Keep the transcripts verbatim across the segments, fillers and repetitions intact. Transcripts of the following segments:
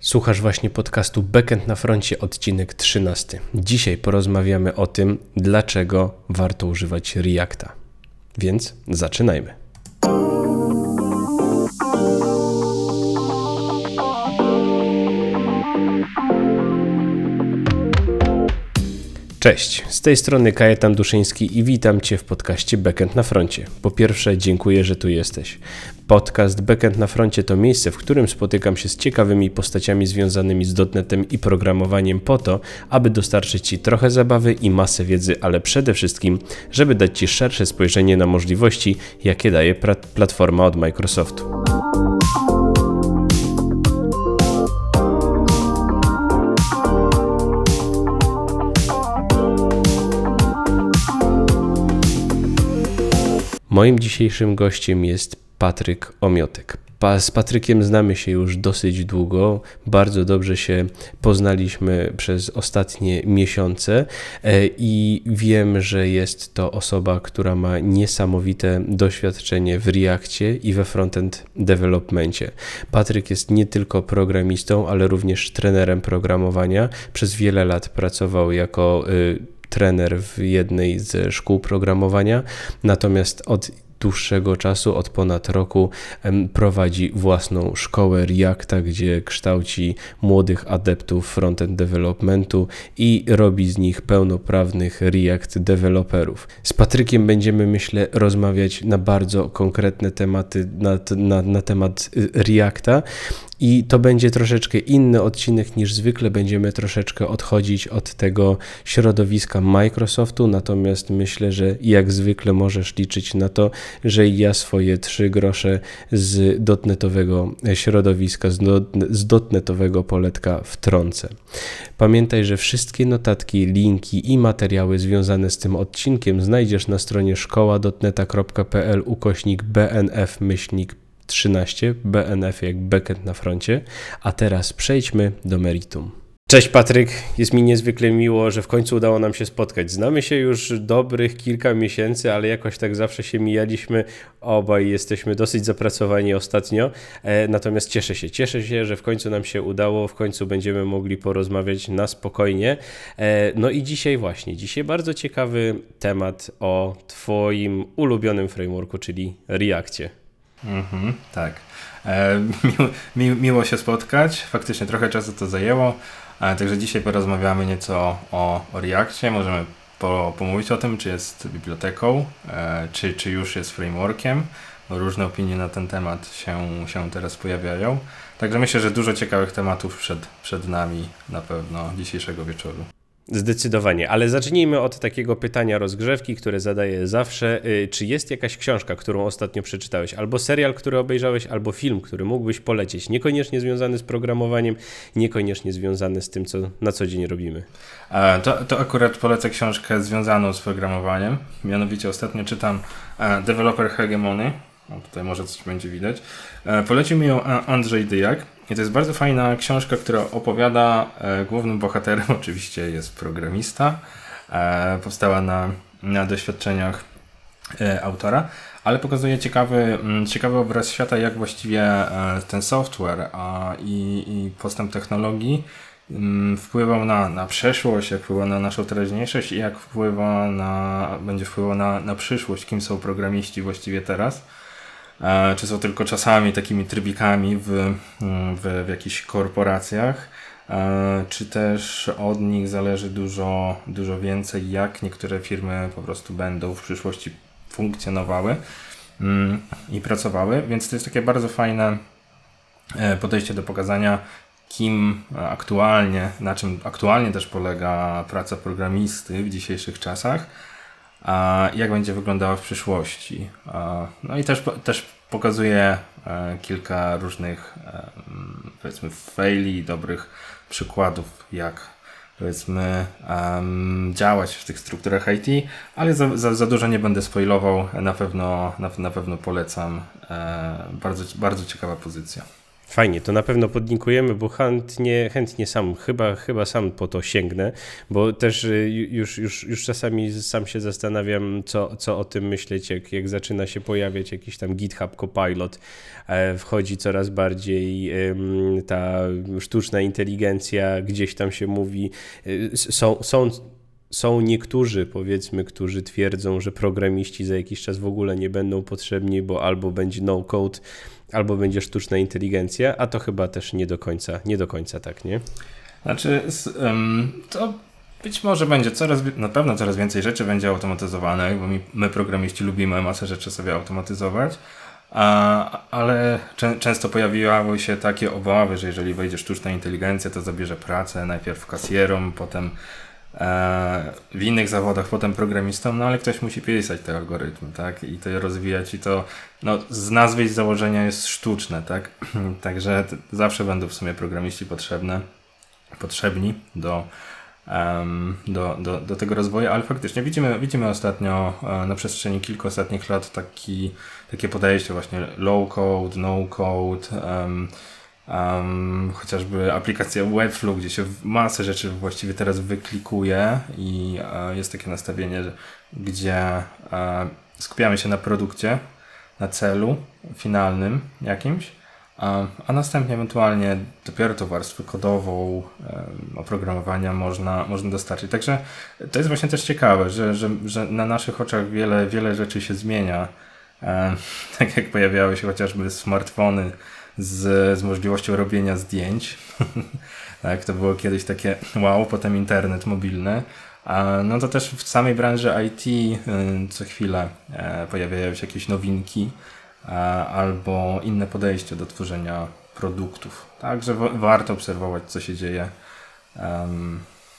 Słuchasz właśnie podcastu Backend na froncie, odcinek trzynasty. Dzisiaj porozmawiamy o tym, dlaczego warto używać Reacta. Więc zaczynajmy. Cześć, z tej strony Kajetan Duszyński i witam Cię w podcaście Backend na froncie. Po pierwsze, dziękuję, że tu jesteś. Podcast Backend na froncie to miejsce, w którym spotykam się z ciekawymi postaciami związanymi z dotnetem i programowaniem po to, aby dostarczyć Ci trochę zabawy i masę wiedzy, ale przede wszystkim, żeby dać Ci szersze spojrzenie na możliwości, jakie daje pra- platforma od Microsoftu. Moim dzisiejszym gościem jest Patryk Omiotek. Pa- z Patrykiem znamy się już dosyć długo, bardzo dobrze się poznaliśmy przez ostatnie miesiące e, i wiem, że jest to osoba, która ma niesamowite doświadczenie w Reactie i we frontend developmencie. Patryk jest nie tylko programistą, ale również trenerem programowania. Przez wiele lat pracował jako y, trener w jednej ze szkół programowania, natomiast od dłuższego czasu, od ponad roku prowadzi własną szkołę Reacta, gdzie kształci młodych adeptów frontend developmentu i robi z nich pełnoprawnych React deweloperów. Z Patrykiem będziemy, myślę, rozmawiać na bardzo konkretne tematy, na, na, na temat Reacta. I to będzie troszeczkę inny odcinek niż zwykle, będziemy troszeczkę odchodzić od tego środowiska Microsoftu, natomiast myślę, że jak zwykle możesz liczyć na to, że ja swoje trzy grosze z dotnetowego środowiska, z, dot, z dotnetowego poletka wtrącę. Pamiętaj, że wszystkie notatki, linki i materiały związane z tym odcinkiem znajdziesz na stronie szkoła dotneta kropka pe el ukośnik bnf myślnik trzynaście, B N F jak backend na froncie, a teraz przejdźmy do meritum. Cześć Patryk, jest mi niezwykle miło, że w końcu udało nam się spotkać. Znamy się już dobrych kilka miesięcy, ale jakoś tak zawsze się mijaliśmy, obaj jesteśmy dosyć zapracowani ostatnio, e, natomiast cieszę się, cieszę się, że w końcu nam się udało, w końcu będziemy mogli porozmawiać na spokojnie. E, no i dzisiaj właśnie, dzisiaj bardzo ciekawy temat o Twoim ulubionym frameworku, czyli Reactie. Mhm, tak. E, miło, mi, miło się spotkać. Faktycznie trochę czasu to zajęło. E, także dzisiaj porozmawiamy nieco o, o Reactie. Możemy po, pomówić o tym, czy jest biblioteką, e, czy, czy już jest frameworkiem. Bo różne opinie na ten temat się, się teraz pojawiają. Także myślę, że dużo ciekawych tematów przed, przed nami na pewno dzisiejszego wieczoru. Zdecydowanie, ale zacznijmy od takiego pytania rozgrzewki, które zadaję zawsze. Czy jest jakaś książka, którą ostatnio przeczytałeś, albo serial, który obejrzałeś, albo film, który mógłbyś polecić, niekoniecznie związany z programowaniem, niekoniecznie związany z tym, co na co dzień robimy? E, to, to akurat polecę książkę związaną z programowaniem. Mianowicie ostatnio czytam e, Developer Hegemony. O, tutaj może coś będzie widać. E, polecił mi ją Andrzej Dyjak. I to jest bardzo fajna książka, która opowiada, e, głównym bohaterem oczywiście jest programista, e, powstała na, na doświadczeniach e, autora, ale pokazuje ciekawy, m, ciekawy obraz świata, jak właściwie e, ten software a, i, i postęp technologii m, wpływał na, na przeszłość, jak wpływa na naszą teraźniejszość i jak wpływa na, będzie wpływał na, na przyszłość, kim są programiści właściwie teraz. Czy są tylko czasami takimi trybikami w, w, w jakichś korporacjach, czy też od nich zależy dużo, dużo więcej, jak niektóre firmy po prostu będą w przyszłości funkcjonowały i pracowały, więc to jest takie bardzo fajne podejście do pokazania, kim aktualnie, na czym aktualnie też polega praca programisty w dzisiejszych czasach, a jak będzie wyglądała w przyszłości. No i też, też pokazuje kilka różnych, powiedzmy, faili, dobrych przykładów, jak, powiedzmy, um, działać w tych strukturach I T, ale za, za, za dużo nie będę spoilował, na pewno, na, na pewno polecam. E, bardzo, bardzo ciekawa pozycja. Fajnie, to na pewno podlinkujemy, bo chętnie, chętnie sam, chyba, chyba sam po to sięgnę, bo też już, już, już czasami sam się zastanawiam, co, co o tym myśleć, jak, jak zaczyna się pojawiać jakiś tam GitHub Copilot, wchodzi coraz bardziej ta sztuczna inteligencja, gdzieś tam się mówi, są, są Są niektórzy, powiedzmy, którzy twierdzą, że programiści za jakiś czas w ogóle nie będą potrzebni, bo albo będzie no-code, albo będzie sztuczna inteligencja, a to chyba też nie do końca, nie do końca tak, nie? Znaczy, to być może będzie coraz, na pewno coraz więcej rzeczy będzie automatyzowanych, bo my, my programiści lubimy masę rzeczy sobie automatyzować, a, ale czę, często pojawiały się takie obawy, że jeżeli wejdzie sztuczna inteligencja, to zabierze pracę najpierw kasjerom, potem w innych zawodach, potem programistom, no ale ktoś musi pisać te algorytmy, tak, i to je rozwijać i to, no z nazwy i z założenia jest sztuczne, tak, także zawsze będą w sumie programiści potrzebne, potrzebni do, um, do, do, do tego rozwoju, ale faktycznie widzimy, widzimy ostatnio na przestrzeni kilku ostatnich lat taki, takie podejście właśnie low code, no code, um, Um, chociażby aplikacja Webflow, gdzie się masę rzeczy właściwie teraz wyklikuje i uh, jest takie nastawienie, gdzie uh, skupiamy się na produkcie, na celu finalnym jakimś, um, a następnie ewentualnie dopiero tą warstwę kodową um, oprogramowania można, można dostarczyć. Także to jest właśnie też ciekawe, że, że, że na naszych oczach wiele, wiele rzeczy się zmienia. Um, tak jak pojawiały się chociażby smartfony Z, z możliwością robienia zdjęć. Tak, to było kiedyś takie wow, potem internet mobilny. A, no to też w samej branży I T y, co chwilę e, pojawiają się jakieś nowinki a, albo inne podejście do tworzenia produktów. Także w, warto obserwować, co się dzieje, um,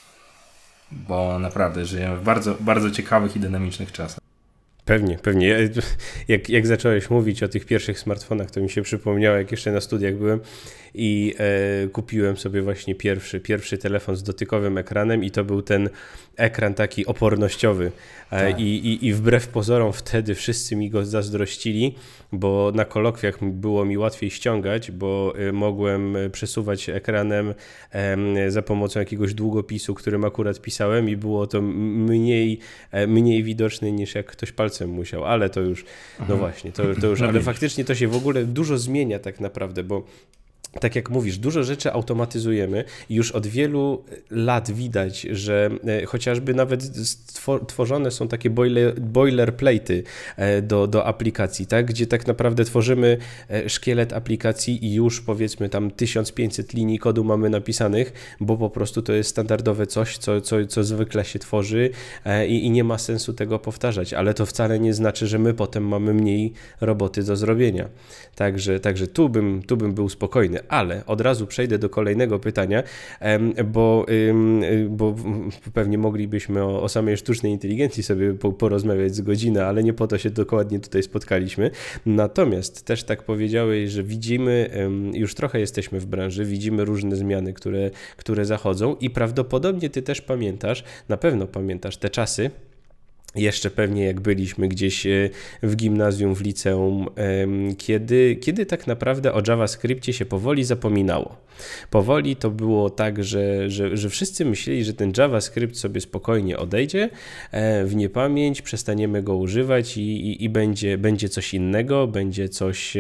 bo naprawdę żyjemy w bardzo, bardzo ciekawych i dynamicznych czasach. Pewnie, pewnie. Jak, jak zacząłeś mówić o tych pierwszych smartfonach, to mi się przypomniało, jak jeszcze na studiach byłem i e, kupiłem sobie właśnie pierwszy, pierwszy telefon z dotykowym ekranem i to był ten ekran taki opornościowy. E, tak. i, i, I wbrew pozorom wtedy wszyscy mi go zazdrościli, bo na kolokwiach było mi łatwiej ściągać, bo e, mogłem przesuwać ekranem e, za pomocą jakiegoś długopisu, którym akurat pisałem i było to mniej, e, mniej widoczne niż jak ktoś palcem musiał, ale to już, no mhm. właśnie, to, to już, ale faktycznie to się w ogóle dużo zmienia tak naprawdę, bo tak jak mówisz, dużo rzeczy automatyzujemy i już od wielu lat widać, że chociażby nawet tworzone są takie boiler, boilerplate'y do, do aplikacji, tak? Gdzie tak naprawdę tworzymy szkielet aplikacji i już powiedzmy tam tysiąc pięćset linii kodu mamy napisanych, bo po prostu to jest standardowe coś, co, co, co zwykle się tworzy i, i nie ma sensu tego powtarzać, ale to wcale nie znaczy, że my potem mamy mniej roboty do zrobienia. Także, także tu bym, tu bym był spokojny. Ale od razu przejdę do kolejnego pytania, bo, bo pewnie moglibyśmy o, o samej sztucznej inteligencji sobie porozmawiać z godziny, ale nie po to się dokładnie tutaj spotkaliśmy. Natomiast też tak powiedziałeś, że widzimy, już trochę jesteśmy w branży, widzimy różne zmiany, które, które zachodzą i prawdopodobnie ty też pamiętasz, na pewno pamiętasz te czasy, jeszcze pewnie jak byliśmy gdzieś w gimnazjum, w liceum, kiedy, kiedy tak naprawdę o JavaScriptie się powoli zapominało. Powoli to było tak, że, że, że wszyscy myśleli, że ten JavaScript sobie spokojnie odejdzie w niepamięć, przestaniemy go używać i, i, i będzie, będzie coś innego, będzie coś,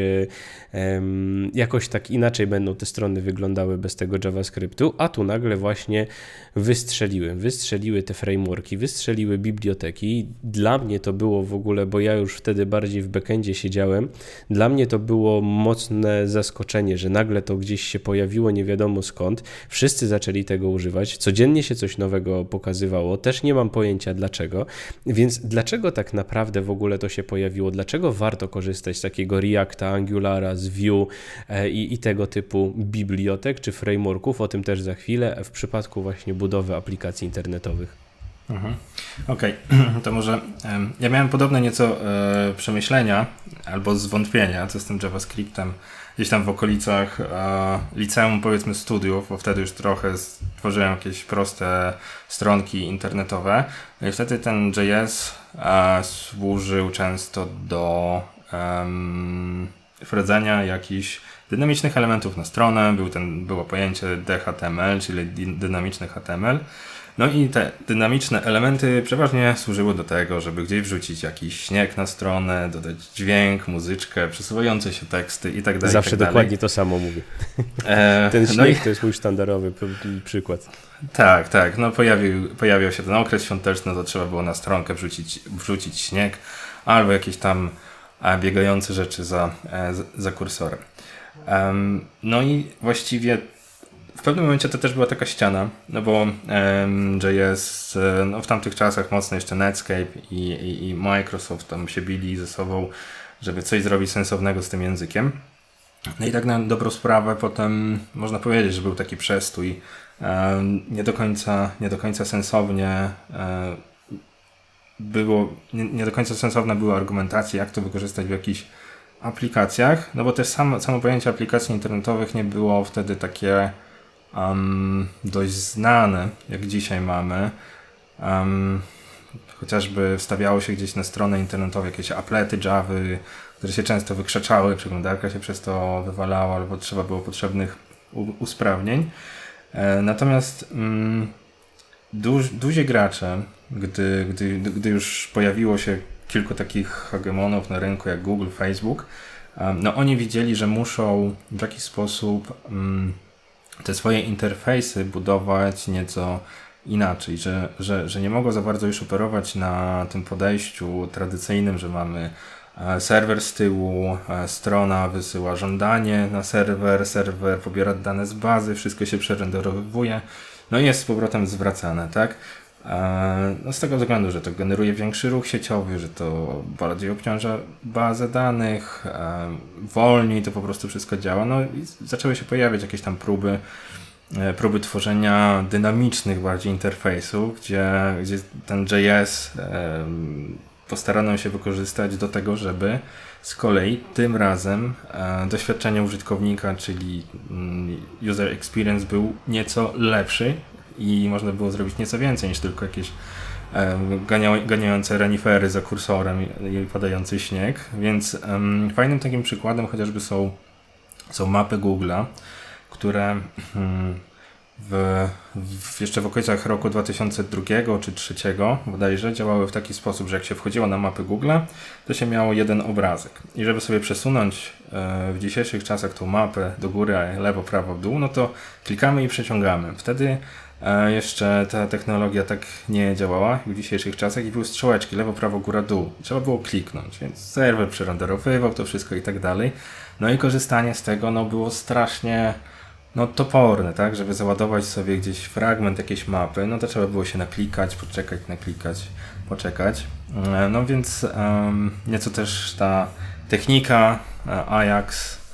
um, jakoś tak inaczej będą te strony wyglądały bez tego JavaScriptu, a tu nagle właśnie wystrzeliły, wystrzeliły te frameworki, wystrzeliły biblioteki. Dla mnie to było w ogóle, bo ja już wtedy bardziej w backendzie siedziałem, dla mnie to było mocne zaskoczenie, że nagle to gdzieś się pojawiło nie wiadomo skąd, wszyscy zaczęli tego używać, codziennie się coś nowego pokazywało, też nie mam pojęcia dlaczego, więc dlaczego tak naprawdę w ogóle to się pojawiło, dlaczego warto korzystać z takiego Reacta, Angulara, z Vue i, i tego typu bibliotek czy frameworków, o tym też za chwilę, w przypadku właśnie budowy aplikacji internetowych. Mhm. Okej, okay. To może um, ja miałem podobne nieco e, przemyślenia albo zwątpienia, co z tym JavaScriptem gdzieś tam w okolicach e, liceum, powiedzmy studiów, bo wtedy już trochę stworzyłem jakieś proste stronki internetowe i wtedy ten J S e, służył często do um, wprowadzania jakichś dynamicznych elementów na stronę, był ten, było pojęcie D H T M L, czyli dynamiczny H T M L. No i te dynamiczne elementy przeważnie służyły do tego, żeby gdzieś wrzucić jakiś śnieg na stronę, dodać dźwięk, muzyczkę, przesuwające się teksty i tak dalej. Zawsze tak dalej. dokładnie to samo mówię. E, ten śnieg no i... to jest mój sztandarowy przykład. Tak, tak. No pojawił, pojawiał się ten okres świąteczny, to trzeba było na stronkę wrzucić, wrzucić śnieg albo jakieś tam biegające rzeczy za, za kursorem. Um, no i właściwie w pewnym momencie to też była taka ściana, no bo um, J S no w tamtych czasach mocno jeszcze Netscape i, i, i Microsoft tam się bili ze sobą, żeby coś zrobić sensownego z tym językiem. No i tak na dobrą sprawę potem można powiedzieć, że był taki przestój, um, nie do końca, nie do końca sensownie um, było, nie, nie do końca sensowna była argumentacja, jak to wykorzystać w jakichś aplikacjach, no bo też samo, samo pojęcie aplikacji internetowych nie było wtedy takie um, dość znane, jak dzisiaj mamy. Um, chociażby wstawiało się gdzieś na stronę internetową jakieś aplety Java, które się często wykrzeczały, przeglądarka się przez to wywalała, albo trzeba było potrzebnych u, usprawnień. E, natomiast um, duż, duzi gracze, gdy, gdy, gdy już pojawiło się kilku takich hegemonów na rynku jak Google, Facebook, no oni widzieli, że muszą w jakiś sposób um, te swoje interfejsy budować nieco inaczej, że, że, że nie mogą za bardzo już operować na tym podejściu tradycyjnym, że mamy serwer z tyłu, strona wysyła żądanie na serwer, serwer pobiera dane z bazy, wszystko się przerenderowuje, no i jest z powrotem zwracane, tak? No z tego względu, że to generuje większy ruch sieciowy, że to bardziej obciąża bazę danych, wolniej to po prostu wszystko działa. No i zaczęły się pojawiać jakieś tam próby, próby tworzenia dynamicznych bardziej interfejsów, gdzie, gdzie ten J S postarano się wykorzystać do tego, żeby z kolei tym razem doświadczenie użytkownika, czyli user experience był nieco lepszy i można było zrobić nieco więcej niż tylko jakieś um, gania, ganiające renifery za kursorem i, i padający śnieg, więc um, fajnym takim przykładem chociażby są, są mapy Google'a, które um, w, w, jeszcze w okolicach roku dwa tysiące drugiego czy dwa tysiące trzeciego bodajże działały w taki sposób, że jak się wchodziło na mapy Google'a, to się miało jeden obrazek i żeby sobie przesunąć e, w dzisiejszych czasach tą mapę do góry, lewo, prawo, w dół, no to klikamy i przeciągamy. Wtedy jeszcze ta technologia tak nie działała w dzisiejszych czasach i były strzałeczki lewo, prawo, góra, dół. Trzeba było kliknąć, więc serwer przerenderowywał to wszystko i tak dalej. No i korzystanie z tego no, było strasznie no, toporne, tak? Żeby załadować sobie gdzieś fragment jakiejś mapy, no to trzeba było się naklikać, poczekać, naklikać, poczekać. No więc um, nieco też ta technika Ajax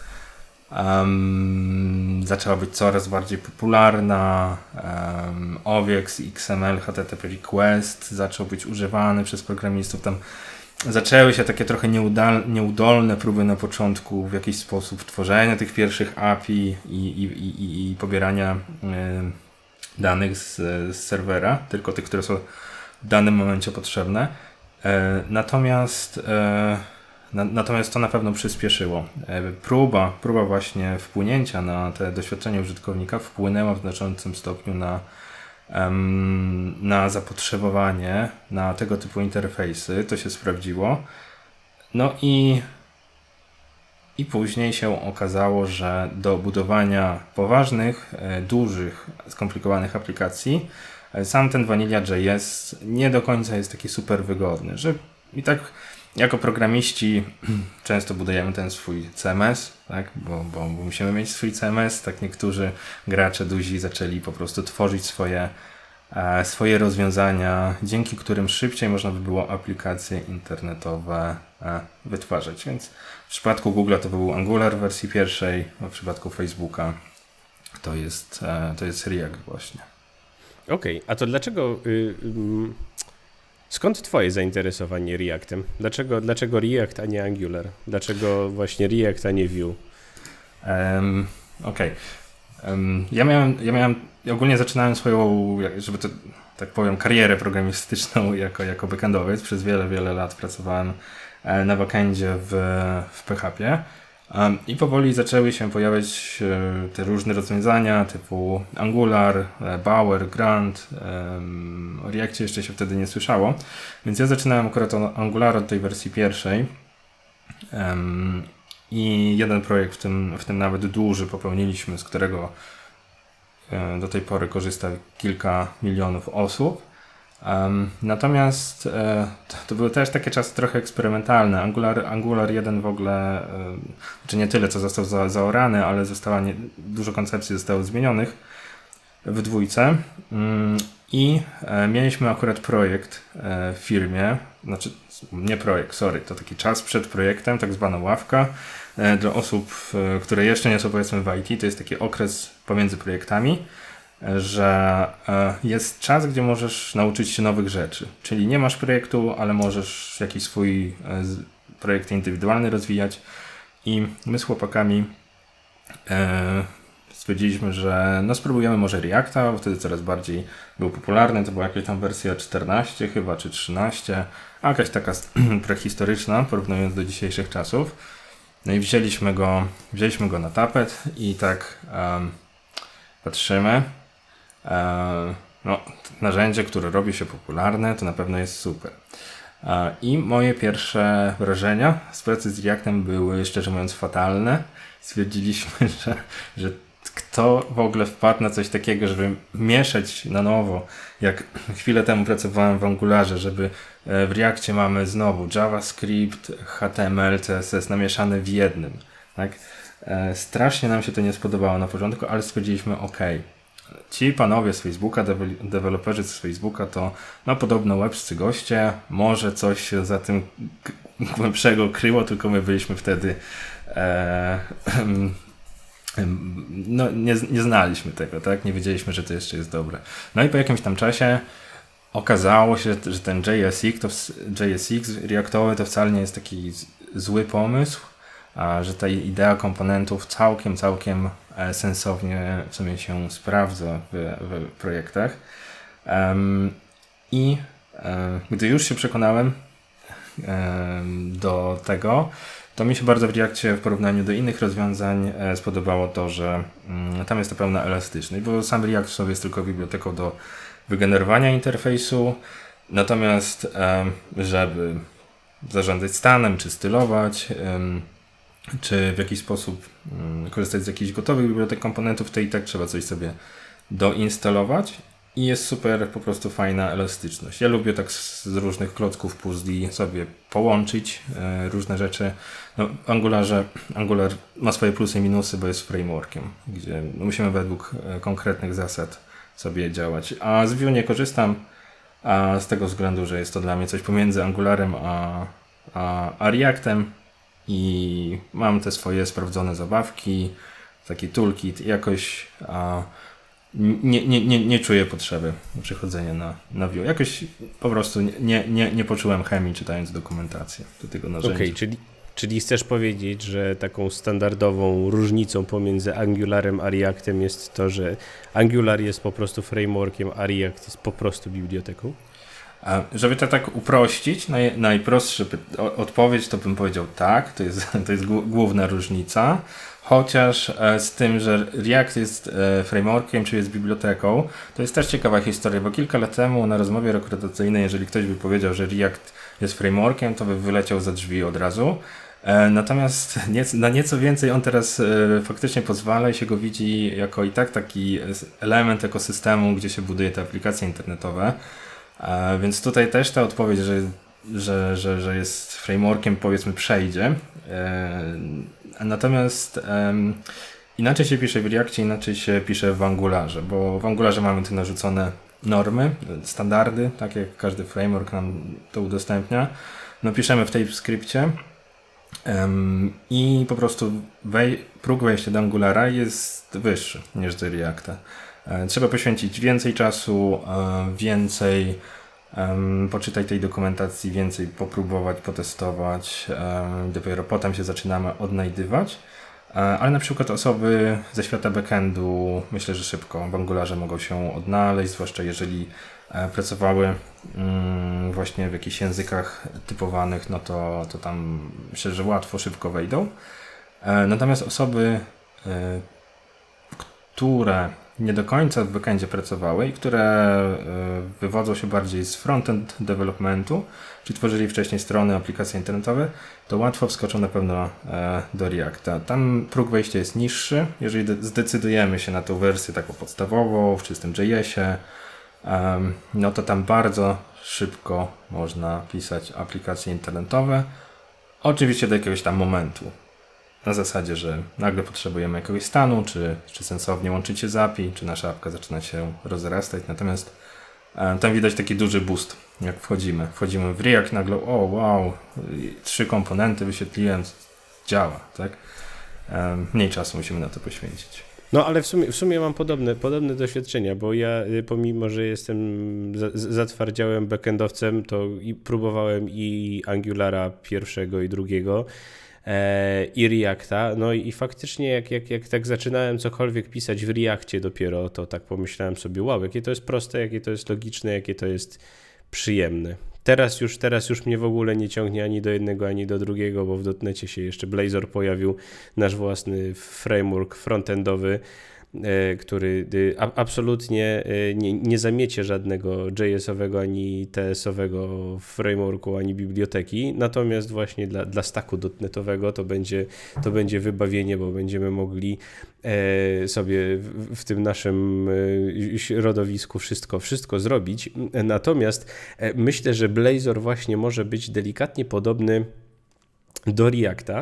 Um, zaczęła być coraz bardziej popularna. um, Obiex, X M L, H T T P Request zaczął być używany przez programistów. Tam zaczęły się takie trochę nieudal, nieudolne próby na początku w jakiś sposób tworzenia tych pierwszych A P I i, i, i, i pobierania y, danych z, z serwera, tylko tych, które są w danym momencie potrzebne. E, natomiast e, Natomiast to na pewno przyspieszyło. Próba, próba właśnie wpłynięcia na te doświadczenie użytkownika wpłynęła w znaczącym stopniu na, um, na zapotrzebowanie na tego typu interfejsy. To się sprawdziło. No i, i później się okazało, że do budowania poważnych, dużych, skomplikowanych aplikacji sam ten Vanilla J S nie do końca jest taki super wygodny. Że i tak jako programiści często budujemy ten swój C M S, tak? bo, bo, bo musimy mieć swój C M S, tak niektórzy gracze duzi zaczęli po prostu tworzyć swoje, e, swoje rozwiązania, dzięki którym szybciej można by było aplikacje internetowe e, wytwarzać. Więc w przypadku Google to był Angular w wersji pierwszej, a w przypadku Facebooka to jest, e, to jest React właśnie. Okej, okay, a to dlaczego... Y, y, Skąd twoje zainteresowanie Reactem? Dlaczego, dlaczego React, a nie Angular? Dlaczego właśnie React, a nie Vue? Um, Okej. Okay. Um, ja miałem, ja miałem, ja ogólnie zaczynałem swoją, żeby to tak powiem, karierę programistyczną jako, jako backendowiec. Przez wiele, wiele lat pracowałem na backendzie w, w P H P. I powoli zaczęły się pojawiać te różne rozwiązania typu Angular, Bower, Grand. O Reactie jeszcze się wtedy nie słyszało, więc ja zaczynałem akurat od Angulara od tej wersji pierwszej i jeden projekt, w tym, w tym nawet duży, popełniliśmy, z którego do tej pory korzysta kilka milionów osób. Um, natomiast e, to, to były też takie czasy trochę eksperymentalne. Angular, Angular jeden w ogóle, e, czy nie tyle co został za, zaorany, ale została nie, dużo koncepcji zostało zmienionych w dwójce. Mm, I e, mieliśmy akurat projekt e, w firmie, znaczy nie projekt, sorry, to taki czas przed projektem, tak zwana ławka e, dla osób, e, które jeszcze nie są powiedzmy w I T. To jest taki okres pomiędzy projektami, że jest czas, gdzie możesz nauczyć się nowych rzeczy. Czyli nie masz projektu, ale możesz jakiś swój projekt indywidualny rozwijać. I my z chłopakami e, stwierdziliśmy, że no spróbujemy może Reacta, bo wtedy coraz bardziej był popularny. To była jakaś tam wersja czternaście chyba, czy trzynaście, a jakaś taka prehistoryczna, porównując do dzisiejszych czasów. No i wzięliśmy go, wzięliśmy go na tapet i tak um, patrzymy. No, narzędzie, które robi się popularne, to na pewno jest super. I moje pierwsze wrażenia z pracy z Reactem były, szczerze mówiąc, fatalne. Stwierdziliśmy, że, że kto w ogóle wpadł na coś takiego, żeby mieszać na nowo, jak chwilę temu pracowałem w Angularze, żeby w Reactie mamy znowu JavaScript, H T M L, C S S namieszane w jednym. Tak? Strasznie nam się to nie spodobało na początku, ale stwierdziliśmy, ok, ci panowie z Facebooka, deweloperzy z Facebooka to no podobno łebscy goście, może coś się za tym głębszego kryło, tylko my byliśmy wtedy e, no nie, nie znaliśmy tego, tak? Nie wiedzieliśmy, że to jeszcze jest dobre. No i po jakimś tam czasie okazało się, że ten J S X, to J S X reaktowy to wcale nie jest taki zły pomysł, a że ta idea komponentów całkiem, całkiem sensownie w sumie się sprawdza w, w projektach. Um, I um, gdy już się przekonałem um, do tego, to mi się bardzo w Reactie w porównaniu do innych rozwiązań e, spodobało to, że um, tam jest to pełna elastyczność, bo sam React w sobie jest tylko biblioteką do wygenerowania interfejsu, natomiast um, żeby zarządzać stanem, czy stylować, um, czy w jakiś sposób um, korzystać z jakichś gotowych bibliotek komponentów, to i tak trzeba coś sobie doinstalować i jest super po prostu fajna elastyczność. Ja lubię tak z, z różnych klocków puzli sobie połączyć e, różne rzeczy. No, w Angularze, Angular ma swoje plusy i minusy, bo jest frameworkiem, gdzie musimy według e, konkretnych zasad sobie działać. A z Vue nie korzystam, a z tego względu, że jest to dla mnie coś pomiędzy Angularem a, a, a Reactem i mam te swoje sprawdzone zabawki, taki toolkit i jakoś a, nie, nie, nie, nie czuję potrzeby przechodzenia na, na Vue. Jakoś po prostu nie, nie, nie poczułem chemii czytając dokumentację do tego narzędzia. Okej, okay, czyli, czyli chcesz powiedzieć, że taką standardową różnicą pomiędzy Angularem a Reactem jest to, że Angular jest po prostu frameworkiem, a React jest po prostu biblioteką? A żeby to tak uprościć, naj, najprostsza odpowiedź to bym powiedział tak, to jest, to jest główna różnica. Chociaż e, z tym, że React jest e, frameworkiem, czy jest biblioteką, to jest też ciekawa historia, bo kilka lat temu na rozmowie rekrutacyjnej, jeżeli ktoś by powiedział, że React jest frameworkiem, to by wyleciał za drzwi od razu. E, natomiast nie, na nieco więcej on teraz e, faktycznie pozwala i się go widzi jako i tak taki element ekosystemu, gdzie się buduje te aplikacje internetowe. E, więc tutaj też ta odpowiedź, że Że, że, że jest frameworkiem, powiedzmy, przejdzie. E, natomiast e, inaczej się pisze w Reactie, inaczej się pisze w Angularze, bo w Angularze mamy te narzucone normy, standardy, tak jak każdy framework nam to udostępnia. No piszemy w TypeScriptie e, i po prostu wej- próg wejścia do Angulara jest wyższy niż do Reacta. E, trzeba poświęcić więcej czasu, e, więcej Um, poczytać tej dokumentacji więcej, popróbować, potestować, um, dopiero potem się zaczynamy odnajdywać, um, ale na przykład osoby ze świata backendu myślę, że szybko w Angularze mogą się odnaleźć, zwłaszcza jeżeli um, pracowały um, właśnie w jakichś językach typowanych, no to, to tam myślę, że łatwo, szybko wejdą. Natomiast osoby, które nie do końca w backendzie pracowały i które wywodzą się bardziej z frontend developmentu, czy tworzyli wcześniej strony, aplikacje internetowe, to łatwo wskoczą na pewno do Reacta. Tam próg wejścia jest niższy. Jeżeli zdecydujemy się na tą wersję taką podstawową, w czystym J S ie, no to tam bardzo szybko można pisać aplikacje internetowe. Oczywiście do jakiegoś tam momentu. Na zasadzie, że nagle potrzebujemy jakiegoś stanu, czy, czy sensownie łączyć się z A P I, czy nasza apka zaczyna się rozrastać. Natomiast e, tam widać taki duży boost, jak wchodzimy. Wchodzimy w React, nagle o wow, trzy komponenty wyświetliłem, działa, tak? E, mniej czasu musimy na to poświęcić. No ale w sumie, w sumie mam podobne, podobne doświadczenia, bo ja pomimo, że jestem zatwardziałym backendowcem, to i próbowałem i Angulara pierwszego i drugiego, i Reacta, no i faktycznie jak, jak, jak tak zaczynałem cokolwiek pisać w Reactie dopiero, to tak pomyślałem sobie, wow, jakie to jest proste, jakie to jest logiczne, jakie to jest przyjemne. Teraz już, teraz już mnie w ogóle nie ciągnie ani do jednego, ani do drugiego, bo w dotnecie się jeszcze Blazor pojawił, nasz własny framework frontendowy, który absolutnie nie, nie zamiecie żadnego J S-owego ani T S-owego frameworku, ani biblioteki, natomiast właśnie dla, dla stacku dotnetowego to będzie, to będzie wybawienie, bo będziemy mogli sobie w, w tym naszym środowisku wszystko, wszystko zrobić. Natomiast myślę, że Blazor właśnie może być delikatnie podobny do Reacta,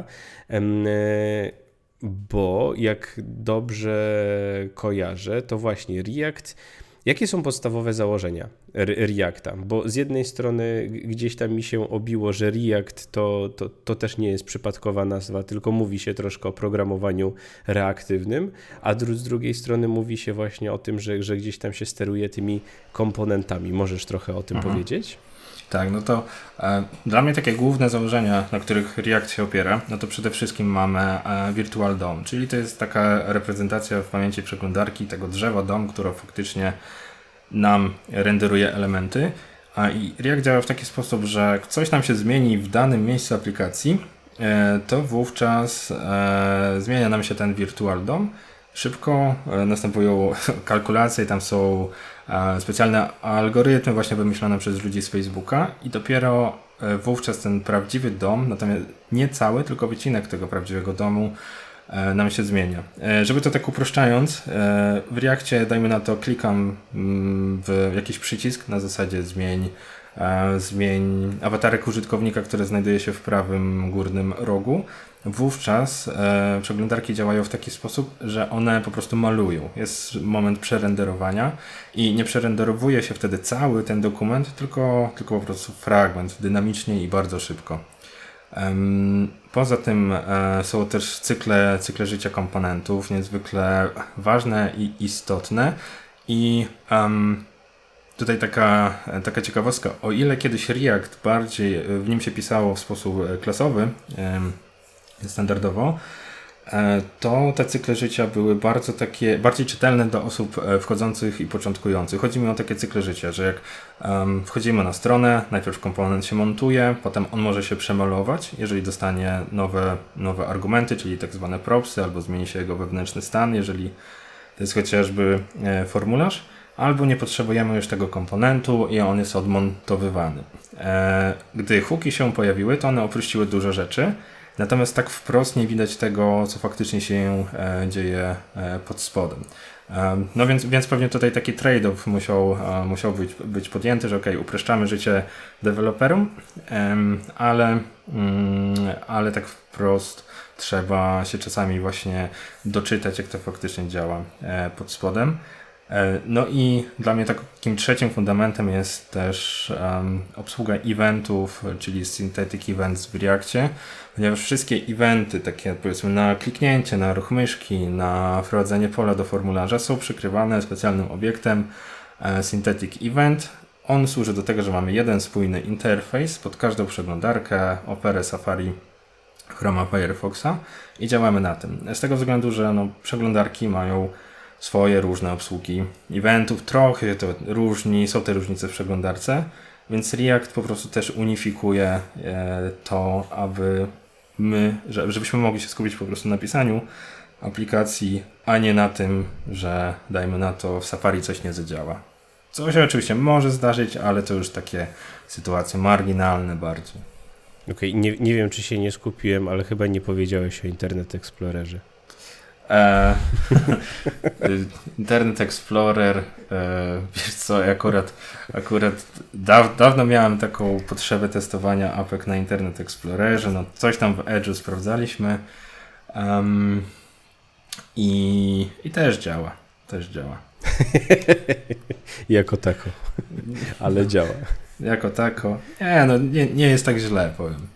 bo jak dobrze kojarzę, to właśnie React, jakie są podstawowe założenia Reacta? Bo z jednej strony gdzieś tam mi się obiło, że React to, to, to też nie jest przypadkowa nazwa, tylko mówi się troszkę o programowaniu reaktywnym, a dru- z drugiej strony mówi się właśnie o tym, że, że gdzieś tam się steruje tymi komponentami. Możesz trochę o tym mhm. powiedzieć? Tak, no to e, dla mnie takie główne założenia, na których React się opiera, no to przede wszystkim mamy e, Virtual D O M, czyli to jest taka reprezentacja w pamięci przeglądarki tego drzewa D O M, które faktycznie nam renderuje elementy. A i React działa w taki sposób, że jak coś nam się zmieni w danym miejscu aplikacji, e, to wówczas e, zmienia nam się ten Virtual D O M. Szybko e, następują kalkulacje, tam są e, specjalne algorytmy właśnie wymyślone przez ludzi z Facebooka i dopiero e, wówczas ten prawdziwy D O M, natomiast nie cały, tylko wycinek tego prawdziwego D O M-u e, nam się zmienia. E, żeby to tak uproszczając, e, w Reakcie dajmy na to klikam mm, w jakiś przycisk na zasadzie zmień e, zmień awatarek użytkownika, który znajduje się w prawym górnym rogu. Wówczas e, przeglądarki działają w taki sposób, że one po prostu malują. Jest moment przerenderowania i nie przerenderowuje się wtedy cały ten dokument, tylko, tylko po prostu fragment, dynamicznie i bardzo szybko. Um, poza tym e, są też cykle, cykle życia komponentów, niezwykle ważne i istotne. I um, tutaj taka, taka ciekawostka, o ile kiedyś React bardziej w nim się pisało w sposób klasowy, um, standardowo, to te cykle życia były bardzo takie, bardziej czytelne dla osób wchodzących i początkujących. Chodzi mi o takie cykle życia, że jak um, wchodzimy na stronę, najpierw komponent się montuje, potem on może się przemalować, jeżeli dostanie nowe, nowe argumenty, czyli tak zwane propsy, albo zmieni się jego wewnętrzny stan, jeżeli to jest chociażby e, formularz, albo nie potrzebujemy już tego komponentu i on jest odmontowywany. E, gdy hooki się pojawiły, to one uprościły dużo rzeczy. Natomiast tak wprost nie widać tego, co faktycznie się e, dzieje e, pod spodem. E, no więc, więc pewnie tutaj taki trade-off musiał, e, musiał być, być podjęty, że ok, upraszczamy życie deweloperom, e, ale, mm, ale tak wprost trzeba się czasami właśnie doczytać, jak to faktycznie działa e, pod spodem. No i dla mnie takim trzecim fundamentem jest też um, obsługa eventów, czyli synthetic events w Reakcie, ponieważ wszystkie eventy, takie powiedzmy na kliknięcie, na ruch myszki, na wprowadzenie pola do formularza są przykrywane specjalnym obiektem e, synthetic event. On służy do tego, że mamy jeden spójny interfejs pod każdą przeglądarkę, Opera, Safari, Chroma, Firefoxa i działamy na tym. Z tego względu, że no, przeglądarki mają swoje różne obsługi eventów, trochę to różni, są te różnice w przeglądarce, więc React po prostu też unifikuje to, aby my, żebyśmy mogli się skupić po prostu na pisaniu aplikacji, a nie na tym, że dajmy na to w Safari coś nie zadziała. Co się oczywiście może zdarzyć, ale to już takie sytuacje marginalne bardziej. Okej, okay, nie, nie wiem, czy się nie skupiłem, ale chyba nie powiedziałeś o Internet Explorerze. E, Internet Explorer, e, wiesz co, ja akurat, akurat daw, dawno miałem taką potrzebę testowania apek na Internet Explorerze, no coś tam w Edge'u sprawdzaliśmy um, i, i też działa, też działa. Jako tako, ale działa. Jako tako, nie, no nie, nie jest tak źle, powiem.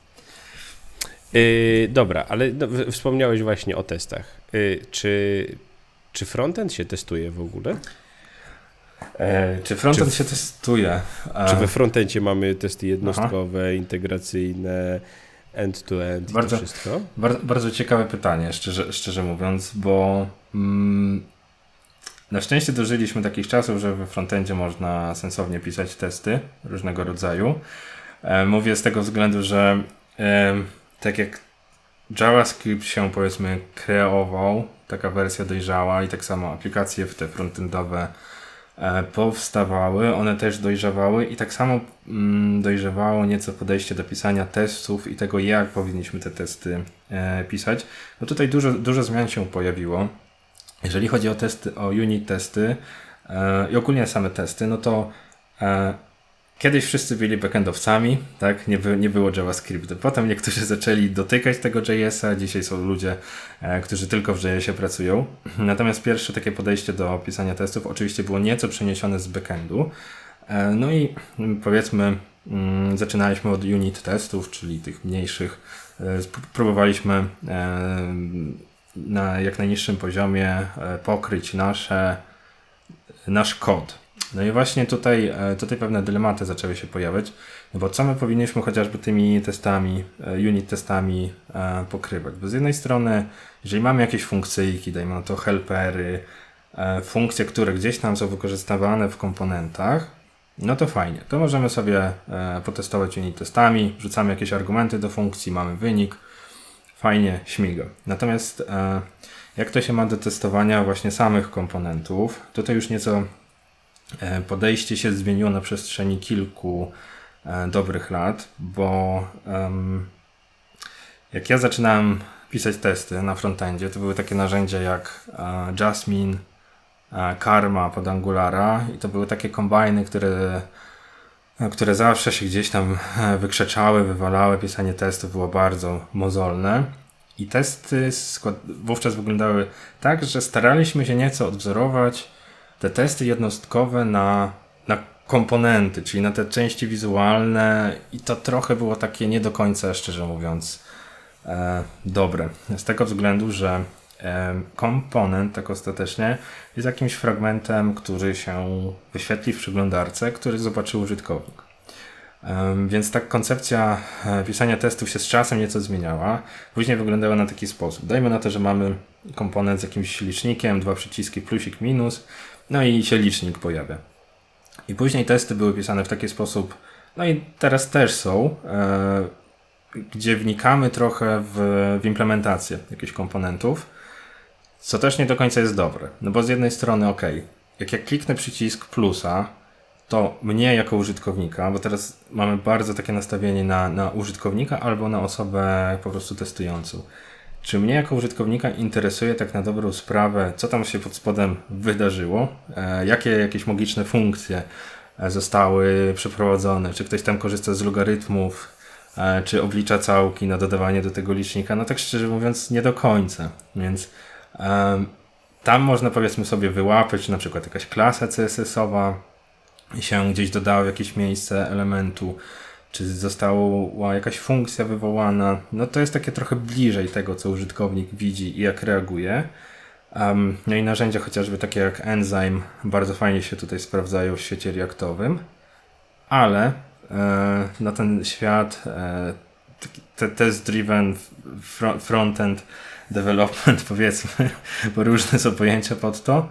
Yy, dobra, ale no, wspomniałeś właśnie o testach. Yy, czy, czy frontend się testuje w ogóle? E, czy frontend czy w, się testuje? E, czy we frontendzie mamy testy jednostkowe, aha, integracyjne, end-to-end bardzo, i to wszystko? Bardzo, bardzo ciekawe pytanie, szczerze, szczerze mówiąc, bo mm, na szczęście dożyliśmy takich czasów, że we frontendzie można sensownie pisać testy różnego rodzaju. E, mówię z tego względu, że e, tak jak JavaScript się powiedzmy kreował, taka wersja dojrzała i tak samo aplikacje w te frontendowe e, powstawały, one też dojrzewały i tak samo mm, dojrzewało nieco podejście do pisania testów i tego, jak powinniśmy te testy e, pisać. No tutaj dużo, dużo zmian się pojawiło. Jeżeli chodzi o testy, o unit testy e, i ogólnie same testy, no to e, kiedyś wszyscy byli backendowcami, tak? Nie, by, nie było JavaScriptu. Potem niektórzy zaczęli dotykać tego J S a. Dzisiaj są ludzie, e, którzy tylko w J S ie pracują. Natomiast pierwsze takie podejście do pisania testów oczywiście było nieco przeniesione z backendu. E, no i powiedzmy mm, zaczynaliśmy od unit testów, czyli tych mniejszych. E, próbowaliśmy e, na jak najniższym poziomie e, pokryć nasze, nasz kod. No i właśnie tutaj, tutaj pewne dylematy zaczęły się pojawiać, no bo co my powinniśmy chociażby tymi testami, unit testami e, pokrywać? Bo z jednej strony, jeżeli mamy jakieś funkcyjki, dajmy na to helpery, e, funkcje, które gdzieś tam są wykorzystywane w komponentach, no to fajnie. To możemy sobie e, potestować unit testami, wrzucamy jakieś argumenty do funkcji, mamy wynik, fajnie, śmiga. Natomiast e, jak to się ma do testowania właśnie samych komponentów, tutaj już nieco podejście się zmieniło na przestrzeni kilku e, dobrych lat, bo um, jak ja zaczynałem pisać testy na frontendzie, to były takie narzędzia jak e, Jasmine, e, Karma pod Angulara i to były takie kombajny, które, e, które zawsze się gdzieś tam wykrzeczały, wywalały. Pisanie testów było bardzo mozolne i testy skład- wówczas wyglądały tak, że staraliśmy się nieco odwzorować te testy jednostkowe na, na komponenty, czyli na te części wizualne i to trochę było takie nie do końca, szczerze mówiąc, e, dobre. Z tego względu, że e, komponent tak ostatecznie jest jakimś fragmentem, który się wyświetli w przeglądarce, który zobaczy użytkownik. E, więc ta koncepcja e, pisania testów się z czasem nieco zmieniała. Później wyglądała na taki sposób. Dajmy na to, że mamy komponent z jakimś licznikiem, dwa przyciski plusik, minus, no i się licznik pojawia. I później testy były pisane w taki sposób, no i teraz też są, e, gdzie wnikamy trochę w, w implementację jakichś komponentów, co też nie do końca jest dobre. No bo z jednej strony, ok, jak ja kliknę przycisk plusa, to mnie jako użytkownika, bo teraz mamy bardzo takie nastawienie na, na użytkownika albo na osobę po prostu testującą. Czy mnie jako użytkownika interesuje tak na dobrą sprawę, co tam się pod spodem wydarzyło, e, jakie jakieś magiczne funkcje zostały przeprowadzone, czy ktoś tam korzysta z logarytmów, e, czy oblicza całki na dodawanie do tego licznika, no tak szczerze mówiąc nie do końca, więc e, tam można powiedzmy sobie wyłapać, na przykład jakaś klasa C S S owa się gdzieś dodała w jakieś miejsce elementu, czy została jakaś funkcja wywołana, no to jest takie trochę bliżej tego, co użytkownik widzi i jak reaguje. Um, no i narzędzia chociażby takie jak Enzyme bardzo fajnie się tutaj sprawdzają w świecie reaktowym, ale e, na ten świat e, te, test-driven front, front-end development powiedzmy, bo różne są pojęcia pod to,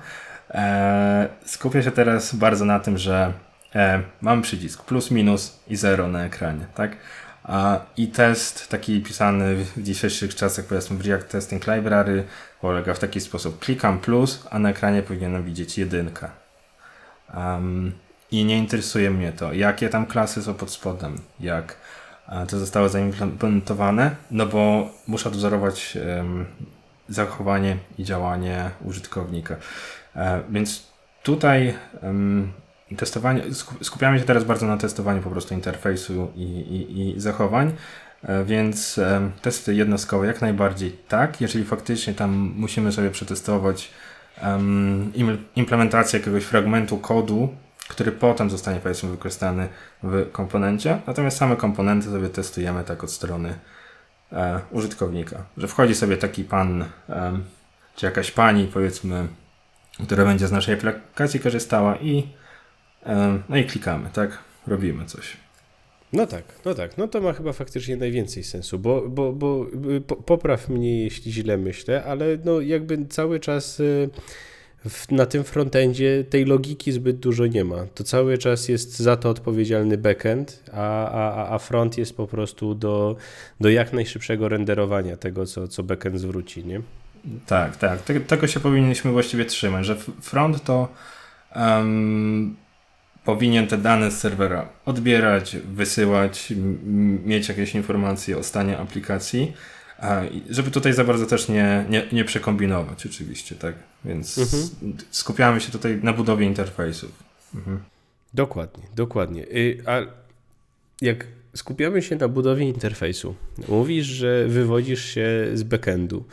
e, skupia się teraz bardzo na tym, że E, mamy przycisk plus, minus i zero na ekranie, tak? I test taki pisany w dzisiejszych czasach, powiedzmy w React Testing Library, polega w taki sposób. Klikam plus, a na ekranie powinienem widzieć jedynkę. Um, I nie interesuje mnie to, jakie tam klasy są pod spodem, jak to zostało zaimplementowane, no bo muszę odwzorować um, zachowanie i działanie użytkownika. E, więc tutaj um, testowanie, skupiamy się teraz bardzo na testowaniu po prostu interfejsu i, i, i zachowań, e, więc e, testy jednostkowe jak najbardziej tak, jeżeli faktycznie tam musimy sobie przetestować um, implementację jakiegoś fragmentu kodu, który potem zostanie powiedzmy wykorzystany w komponencie, natomiast same komponenty sobie testujemy tak od strony e, użytkownika, że wchodzi sobie taki pan e, czy jakaś pani powiedzmy, która będzie z naszej aplikacji korzystała i e, no i klikamy, tak? Robimy coś. No tak, no tak, no to ma chyba faktycznie najwięcej sensu, bo, bo, bo po, popraw mnie, jeśli źle myślę, ale no jakby cały czas w, na tym frontendzie tej logiki zbyt dużo nie ma. To cały czas jest za to odpowiedzialny backend, a, a, a front jest po prostu do, do jak najszybszego renderowania tego, co, co backend zwróci, nie? Tak, tak. Te, tego się powinniśmy właściwie trzymać, że front to um, powinien te dane z serwera odbierać, wysyłać, m- mieć jakieś informacje o stanie aplikacji, a, żeby tutaj za bardzo też nie, nie, nie przekombinować oczywiście, tak? Więc mhm. skupiamy się tutaj na budowie interfejsów. Mhm. Dokładnie, dokładnie. A jak skupiamy się na budowie interfejsu, mówisz, że wywodzisz się z backendu.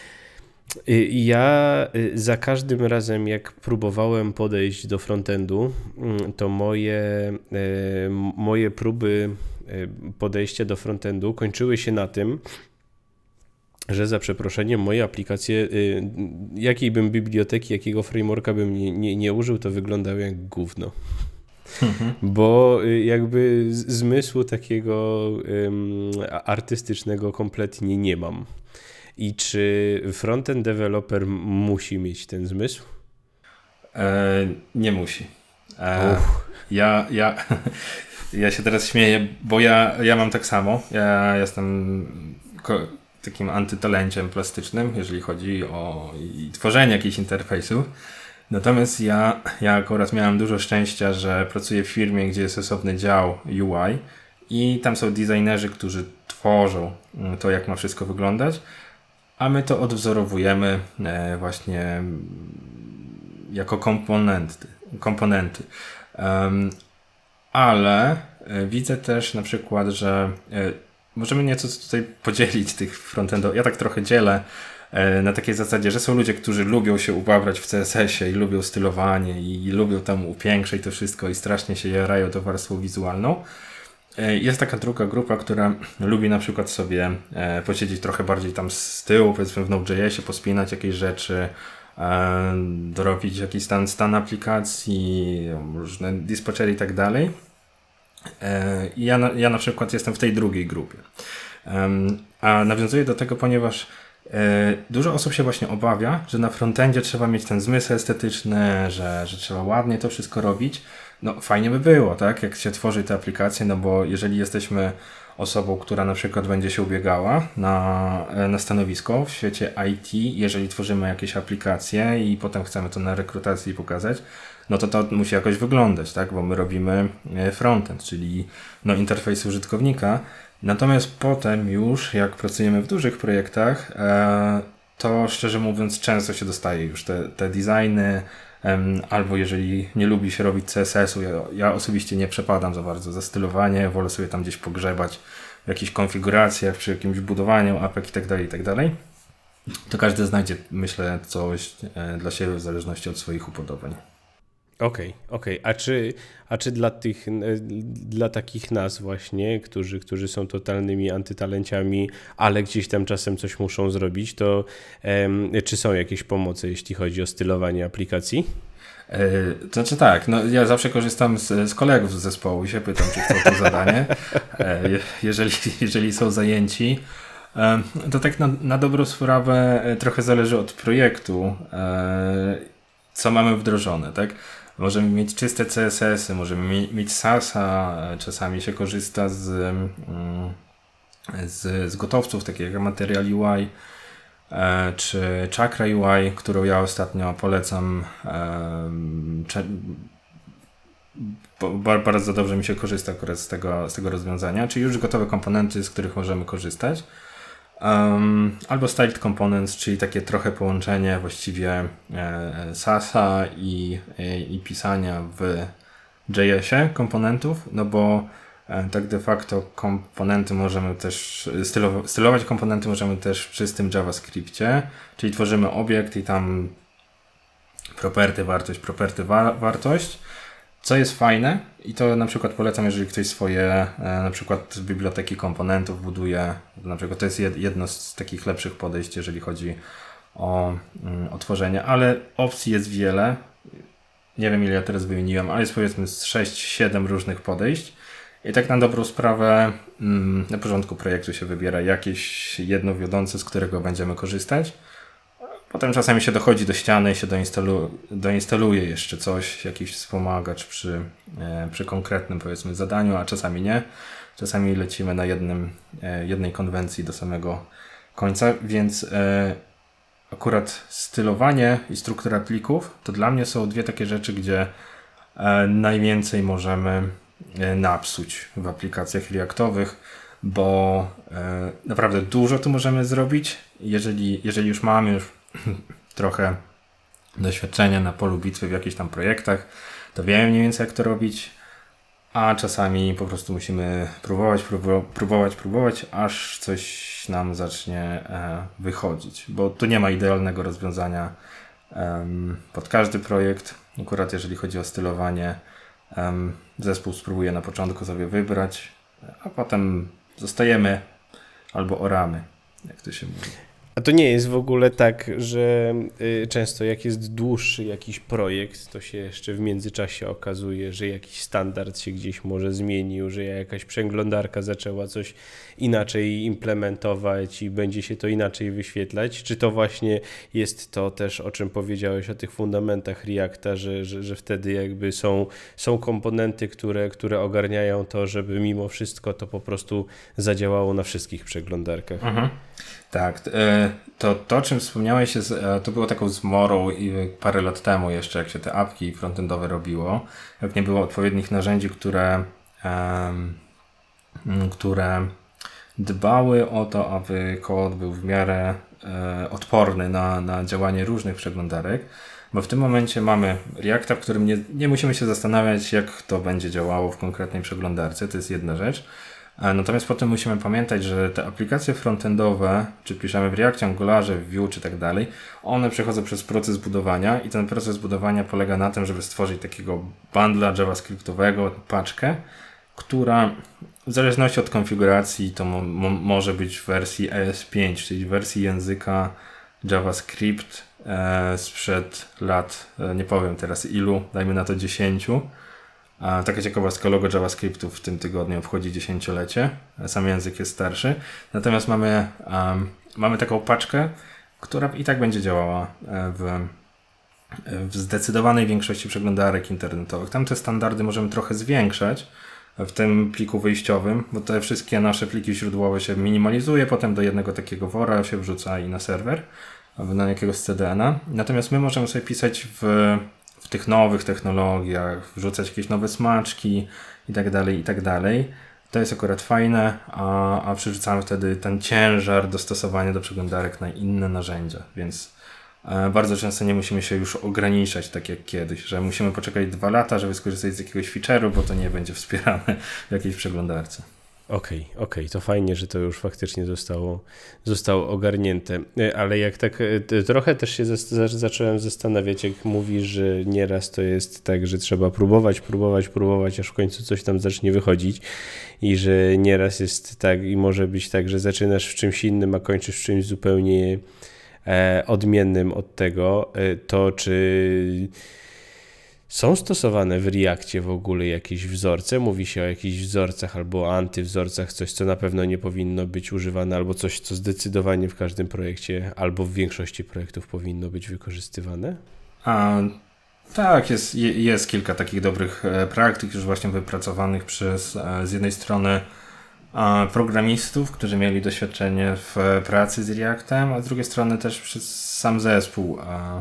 Ja za każdym razem, jak próbowałem podejść do frontendu, to moje, moje próby podejścia do frontendu kończyły się na tym, że za przeproszeniem moje aplikacje, jakiej bym biblioteki, jakiego frameworka bym nie, nie, nie użył, to wyglądały jak gówno. Mhm. Bo jakby zmysłu takiego um, artystycznego kompletnie nie mam. I czy frontend developer musi mieć ten zmysł? E, nie musi. E, ja, ja, ja się teraz śmieję, bo ja, ja mam tak samo. Ja jestem ko- takim antytalenciem plastycznym, jeżeli chodzi o i tworzenie jakichś interfejsów. Natomiast ja, ja akurat miałem dużo szczęścia, że pracuję w firmie, gdzie jest osobny dział U I i tam są designerzy, którzy tworzą to, jak ma wszystko wyglądać. A my to odwzorowujemy e, właśnie jako komponenty. komponenty. Um, ale e, widzę też na przykład, że e, możemy nieco tutaj podzielić tych frontendów. Ja tak trochę dzielę e, na takiej zasadzie, że są ludzie, którzy lubią się ubabrać w C S S ie i lubią stylowanie i, i lubią tam upiększać to wszystko i strasznie się jarają tą warstwą wizualną. Jest taka druga grupa, która lubi na przykład sobie e, posiedzieć trochę bardziej tam z tyłu, powiedzmy w Node.jsie, pospinać jakieś rzeczy, e, dorobić jakiś stan, stan aplikacji, różne dispatchery i tak dalej. E, ja, na, ja na przykład jestem w tej drugiej grupie. E, a nawiązuję do tego, ponieważ e, dużo osób się właśnie obawia, że na frontendzie trzeba mieć ten zmysł estetyczny, że, że trzeba ładnie to wszystko robić. No fajnie by było, tak, jak się tworzy te aplikacje, no bo jeżeli jesteśmy osobą, która na przykład będzie się ubiegała na, na stanowisko w świecie I T, jeżeli tworzymy jakieś aplikacje i potem chcemy to na rekrutacji pokazać, no to to musi jakoś wyglądać, tak, bo my robimy frontend, czyli no interfejs użytkownika, natomiast potem już jak pracujemy w dużych projektach, e, to szczerze mówiąc często się dostaje już te, te designy, albo jeżeli nie lubi się robić C S S u, ja, ja osobiście nie przepadam za bardzo za stylowanie, wolę sobie tam gdzieś pogrzebać w jakichś konfiguracjach, przy jakimś budowaniu apek i tak dalej, i tak dalej. To każdy znajdzie, myślę, coś dla siebie w zależności od swoich upodobań. Okej, okay, okej. Okay. A czy, a czy dla tych, dla takich nas właśnie, którzy, którzy są totalnymi antytalenciami, ale gdzieś tam czasem coś muszą zrobić, to um, czy są jakieś pomocy, jeśli chodzi o stylowanie aplikacji? Yy, to znaczy tak, no ja zawsze korzystam z, z kolegów z zespołu i się pytam, czy chcą to zadanie. Yy, jeżeli, jeżeli są zajęci, yy, to tak na, na dobrą sprawę trochę zależy od projektu, yy, co mamy wdrożone, tak? Możemy mieć czyste C S S y, możemy mieć S A S a, czasami się korzysta z, z, z gotowców, takich jak Material U I e, czy Chakra U I, którą ja ostatnio polecam. E, cze, bo, bardzo dobrze mi się korzysta akurat z tego, z tego rozwiązania, czyli już gotowe komponenty, z których możemy korzystać. Um, albo Styled Components, czyli takie trochę połączenie właściwie e, sasa i, e, i pisania w J S ie komponentów, no bo e, tak de facto komponenty możemy też, stylow- stylować komponenty możemy też w czystym JavaScriptie, czyli tworzymy obiekt i tam property, wartość, property, wa- wartość. Co jest fajne i to na przykład polecam, jeżeli ktoś swoje e, na przykład biblioteki komponentów buduje, na przykład to jest jedno z takich lepszych podejść, jeżeli chodzi o, mm, o tworzenie, ale opcji jest wiele. Nie wiem ile ja teraz wymieniłem, ale jest powiedzmy z sześć siedem różnych podejść i tak na dobrą sprawę mm, na początku projektu się wybiera jakieś jedno wiodące, z którego będziemy korzystać. Potem czasami się dochodzi do ściany i się doinstalu- doinstaluje jeszcze coś, jakiś wspomagacz przy, e, przy konkretnym powiedzmy zadaniu, a czasami nie. Czasami lecimy na jednym, e, jednej konwencji do samego końca, więc e, akurat stylowanie i struktura plików to dla mnie są dwie takie rzeczy, gdzie e, najwięcej możemy e, napsuć w aplikacjach reaktowych, bo e, naprawdę dużo tu możemy zrobić. Jeżeli, jeżeli już mamy już trochę doświadczenia na polu bitwy w jakichś tam projektach, to wiemy mniej więcej jak to robić, a czasami po prostu musimy próbować, próbować, próbować, próbować, aż coś nam zacznie e, wychodzić, bo tu nie ma idealnego rozwiązania e, pod każdy projekt. Akurat jeżeli chodzi o stylowanie, e, zespół spróbuje na początku sobie wybrać, a potem zostajemy albo oramy, jak to się mówi. A to nie jest w ogóle tak, że y, często jak jest dłuższy jakiś projekt, to się jeszcze w międzyczasie okazuje, że jakiś standard się gdzieś może zmienił, że jakaś przeglądarka zaczęła coś inaczej implementować i będzie się to inaczej wyświetlać. Czy to właśnie jest to też, o czym powiedziałeś, o tych fundamentach Reacta, że, że, że wtedy jakby są, są komponenty, które, które ogarniają to, żeby mimo wszystko to po prostu zadziałało na wszystkich przeglądarkach. Mhm. Tak, to, to o czym wspomniałeś, jest, to było taką zmorą i parę lat temu jeszcze, jak się te apki frontendowe robiło, jak nie było odpowiednich narzędzi, które, um, które dbały o to, aby kod był w miarę e, odporny na, na działanie różnych przeglądarek, bo w tym momencie mamy Reacta, w którym nie, nie musimy się zastanawiać, jak to będzie działało w konkretnej przeglądarce, to jest jedna rzecz. Natomiast potem musimy pamiętać, że te aplikacje frontendowe, czy piszemy w Reactie, Angularze, w Vue czy tak dalej, one przechodzą przez proces budowania i ten proces budowania polega na tym, żeby stworzyć takiego bundla javascriptowego, paczkę, która w zależności od konfiguracji to mo- mo- może być w wersji E S pięć, czyli w wersji języka JavaScript e, sprzed lat, e, nie powiem teraz ilu, dajmy na to dziesięciu. A taka ciekawostka, logo JavaScriptu w tym tygodniu obchodzi dziesięciolecie. Sam język jest starszy. Natomiast mamy, um, mamy taką paczkę, która i tak będzie działała w, w zdecydowanej większości przeglądarek internetowych. Tam te standardy możemy trochę zwiększać w tym pliku wyjściowym, bo te wszystkie nasze pliki źródłowe się minimalizuje, potem do jednego takiego wora się wrzuca i na serwer, albo na jakiegoś C D N-a. Natomiast my możemy sobie pisać w w tych nowych technologiach, wrzucać jakieś nowe smaczki i tak dalej, i tak dalej. To jest akurat fajne, a, a przerzucamy wtedy ten ciężar dostosowania do przeglądarek na inne narzędzia, więc e, bardzo często nie musimy się już ograniczać tak jak kiedyś, że musimy poczekać dwa lata, żeby skorzystać z jakiegoś feature'u, bo to nie będzie wspierane w jakiejś przeglądarce. Okej, okay, okej, okay. To fajnie, że to już faktycznie zostało, zostało ogarnięte, ale jak tak trochę też się z, zacząłem zastanawiać, jak mówisz, że nieraz to jest tak, że trzeba próbować, próbować, próbować, aż w końcu coś tam zacznie wychodzić i że nieraz jest tak i może być tak, że zaczynasz w czymś innym, a kończysz w czymś zupełnie e, odmiennym od tego, to czy są stosowane w Reactie w ogóle jakieś wzorce? Mówi się o jakichś wzorcach albo antywzorcach, coś co na pewno nie powinno być używane, albo coś co zdecydowanie w każdym projekcie albo w większości projektów powinno być wykorzystywane? A, tak, jest, jest kilka takich dobrych praktyk już właśnie wypracowanych przez z jednej strony programistów, którzy mieli doświadczenie w pracy z Reactem, a z drugiej strony też przez sam zespół,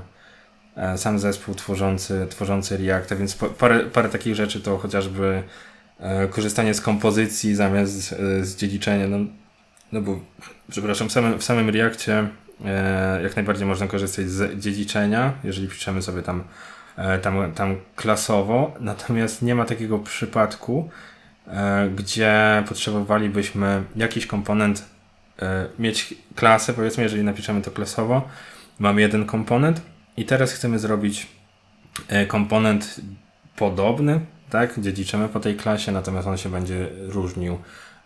sam zespół tworzący, tworzący Reacta, więc parę, parę takich rzeczy to chociażby korzystanie z kompozycji zamiast z dziedziczenia. No, no bo, przepraszam, w samym, w samym Reactie jak najbardziej można korzystać z dziedziczenia, jeżeli piszemy sobie tam, tam, tam klasowo, natomiast nie ma takiego przypadku, gdzie potrzebowalibyśmy jakiś komponent, mieć klasę, powiedzmy, jeżeli napiszemy to klasowo, mamy jeden komponent i teraz chcemy zrobić komponent podobny, tak, dziedziczymy po tej klasie, natomiast on się będzie różnił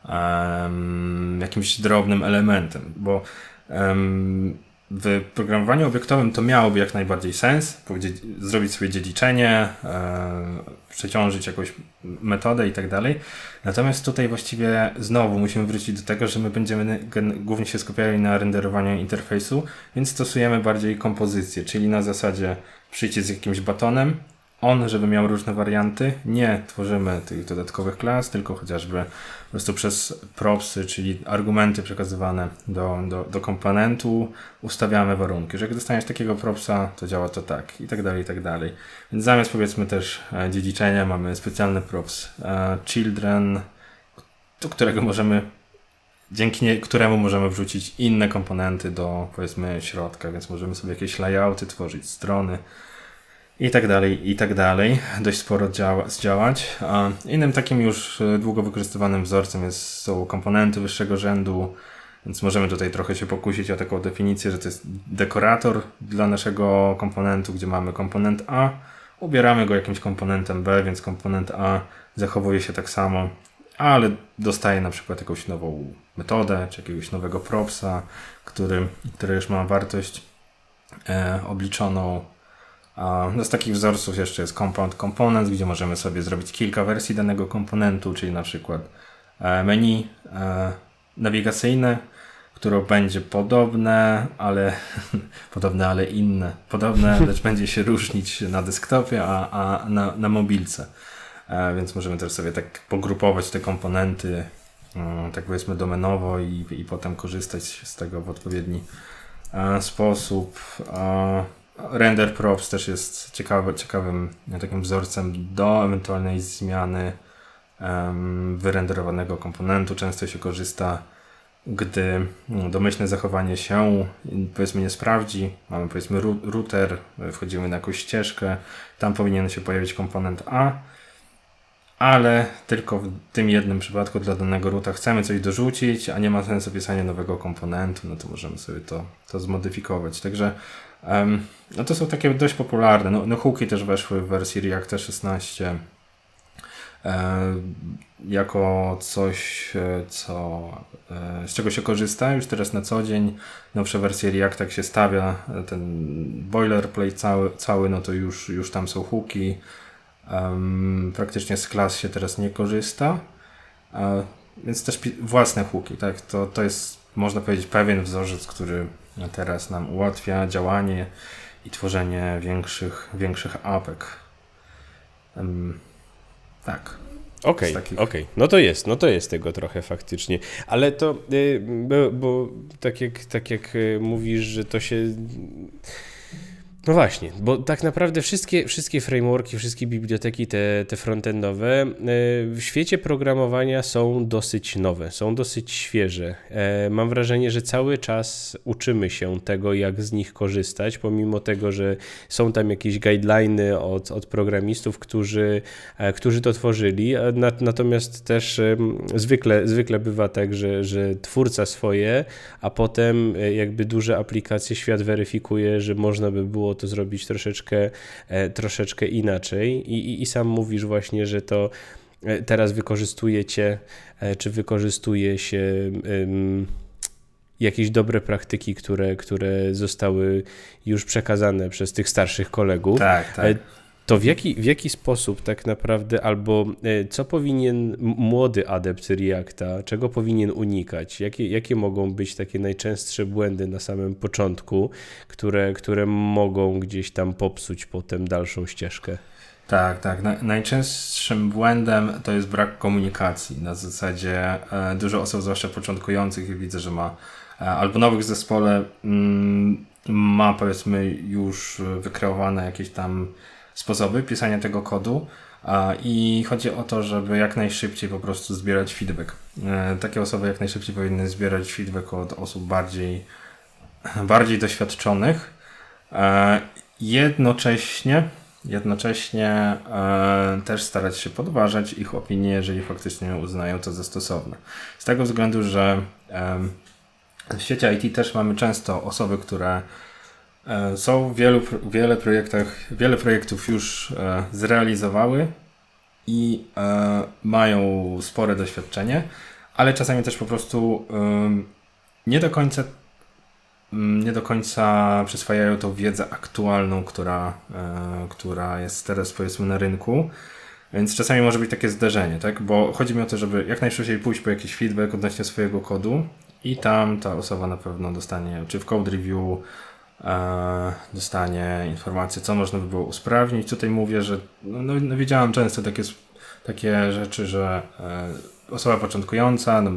um, jakimś drobnym elementem, bo um, w programowaniu obiektowym to miałoby jak najbardziej sens, zrobić sobie dziedziczenie, e, przeciążyć jakąś metodę i tak dalej. Natomiast tutaj właściwie znowu musimy wrócić do tego, że my będziemy gen- głównie się skupiali na renderowaniu interfejsu, więc stosujemy bardziej kompozycję, czyli na zasadzie przyjście z jakimś batonem, on, żeby miał różne warianty, nie tworzymy tych dodatkowych klas, tylko chociażby po prostu przez propsy, czyli argumenty przekazywane do, do, do komponentu, ustawiamy warunki, że jak dostaniesz takiego propsa, to działa to tak i tak dalej, i tak dalej. Więc zamiast powiedzmy też dziedziczenia mamy specjalny props children, do którego możemy, dzięki nie, któremu możemy wrzucić inne komponenty do powiedzmy środka, więc możemy sobie jakieś layouty tworzyć, strony, i tak dalej, i tak dalej. Dość sporo działa, zdziałać. A innym takim już długo wykorzystywanym wzorcem jest, są komponenty wyższego rzędu, więc możemy tutaj trochę się pokusić o taką definicję, że to jest dekorator dla naszego komponentu, gdzie mamy komponent A, ubieramy go jakimś komponentem B, więc komponent A zachowuje się tak samo, ale dostaje na przykład jakąś nową metodę, czy jakiegoś nowego propsa, który, który już ma wartość e, obliczoną. No z takich wzorców jeszcze jest Compound Components, gdzie możemy sobie zrobić kilka wersji danego komponentu, czyli na przykład menu nawigacyjne, które będzie podobne, ale podobne, ale inne. Podobne, lecz będzie się różnić na desktopie, a, a na, na mobilce. Więc możemy też sobie tak pogrupować te komponenty, tak powiedzmy domenowo i, i potem korzystać z tego w odpowiedni sposób. Render props też jest ciekawy, ciekawym takim wzorcem do ewentualnej zmiany um, wyrenderowanego komponentu. Często się korzysta, gdy domyślne zachowanie się powiedzmy nie sprawdzi. Mamy powiedzmy router, wchodzimy na jakąś ścieżkę, tam powinien się pojawić komponent A, ale tylko w tym jednym przypadku dla danego roota chcemy coś dorzucić, a nie ma sensu pisania nowego komponentu, no to możemy sobie to, to zmodyfikować. Także Um, no to są takie dość popularne. No, no hooki też weszły w wersji Reacta szesnaście e, jako coś, co, e, z czego się korzysta już teraz na co dzień. Nowsze wersje Reacta, jak się stawia ten boilerplate cały, cały no to już, już tam są hooki. Um, praktycznie z klas się teraz nie korzysta. E, więc też pi- własne hooki, tak? To, to jest, można powiedzieć, pewien wzorzec, który teraz nam ułatwia działanie i tworzenie większych, większych apek. Um, tak. Okej, okay, takich... okej. Okay. No to jest, no to jest tego trochę faktycznie. Ale to, yy, bo, bo tak jak, tak jak mówisz, że to się... No właśnie, bo tak naprawdę wszystkie, wszystkie frameworki, wszystkie biblioteki te, te frontendowe w świecie programowania są dosyć nowe, są dosyć świeże. Mam wrażenie, że cały czas uczymy się tego, jak z nich korzystać, pomimo tego, że są tam jakieś guideliny od, od programistów, którzy, którzy to tworzyli, natomiast też zwykle, zwykle bywa tak, że, że twórca swoje, a potem jakby duże aplikacje świat weryfikuje, że można by było to zrobić troszeczkę, troszeczkę inaczej. I, i, i sam mówisz właśnie, że to teraz wykorzystujecie, czy wykorzystuje się um, jakieś dobre praktyki, które, które zostały już przekazane przez tych starszych kolegów. Tak, tak. To w jaki, w jaki sposób tak naprawdę, albo co powinien młody adept Reacta, czego powinien unikać? Jakie, jakie mogą być takie najczęstsze błędy na samym początku, które, które mogą gdzieś tam popsuć potem dalszą ścieżkę? Tak, tak. Na, najczęstszym błędem to jest brak komunikacji. Na zasadzie e, dużo osób, zwłaszcza początkujących, widzę, że ma e, albo nowych w zespole mm, ma powiedzmy już wykreowane jakieś tam sposoby pisania tego kodu e, i chodzi o to, żeby jak najszybciej po prostu zbierać feedback. E, takie osoby jak najszybciej powinny zbierać feedback od osób bardziej, bardziej doświadczonych. E, jednocześnie Jednocześnie e, też starać się podważać ich opinie, jeżeli faktycznie uznają to za stosowne. Z tego względu, że e, w świecie I T też mamy często osoby, które e, są w wielu, wiele projektach, wiele projektów już e, zrealizowały i e, mają spore doświadczenie, ale czasami też po prostu e, nie do końca nie do końca przyswajają tą wiedzę aktualną, która, e, która jest teraz powiedzmy na rynku, więc czasami może być takie zderzenie, tak? Bo chodzi mi o to, żeby jak najszybciej pójść po jakiś feedback odnośnie swojego kodu i tam ta osoba na pewno dostanie, czy w code review e, dostanie informację, co można by było usprawnić. Tutaj mówię, że no, no, no widziałem często takie, takie rzeczy, że e, osoba początkująca, no,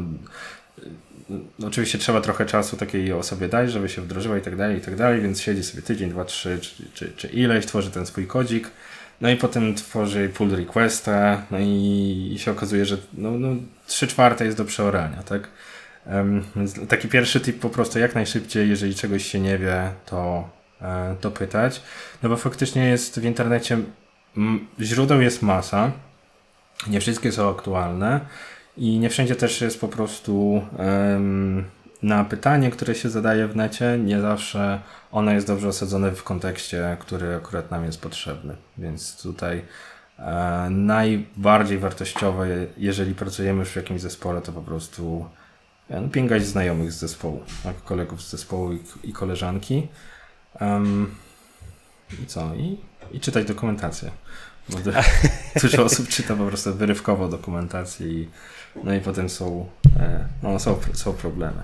No, oczywiście trzeba trochę czasu takiej osobie dać, żeby się wdrożyła i tak dalej, i tak dalej, więc siedzi sobie tydzień, dwa, trzy, czy, czy, czy ileś, tworzy ten swój kodzik, no i potem tworzy pull requesta, no i, i się okazuje, że no, no, trzy czwarte jest do przeorania, tak? Um, więc taki pierwszy tip po prostu jak najszybciej, jeżeli czegoś się nie wie, to, e, to pytać, no bo faktycznie jest w internecie, m, źródeł jest masa, nie wszystkie są aktualne, i nie wszędzie też jest po prostu um, na pytanie, które się zadaje w necie, nie zawsze ono jest dobrze osadzone w kontekście, który akurat nam jest potrzebny. Więc tutaj e, najbardziej wartościowe, jeżeli pracujemy już w jakimś zespole, to po prostu e, no, pingać znajomych z zespołu, tak? Kolegów z zespołu i, i koleżanki. Um, I co? I, i czytać dokumentację. Bo dużo osób czyta po prostu wyrywkowo dokumentację i no i potem są, no, są, są problemy.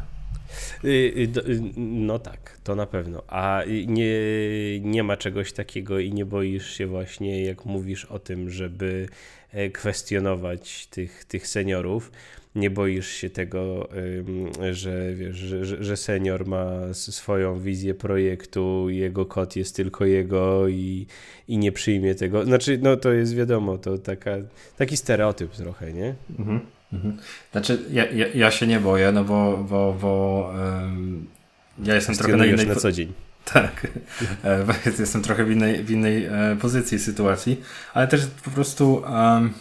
No tak, to na pewno. A nie, nie ma czegoś takiego i nie boisz się właśnie, jak mówisz o tym, żeby kwestionować tych, tych seniorów, nie boisz się tego, że, wiesz, że, że senior ma swoją wizję projektu, jego kod jest tylko jego i, i nie przyjmie tego. Znaczy, no to jest wiadomo, to taka, taki stereotyp trochę, nie? Mhm. Mhm. Znaczy, ja, ja, ja się nie boję, no bo, bo, bo um, ja jestem trochę na innej... na co dzień. Tak, jestem trochę w innej, w innej e, pozycji, sytuacji, ale też po prostu um,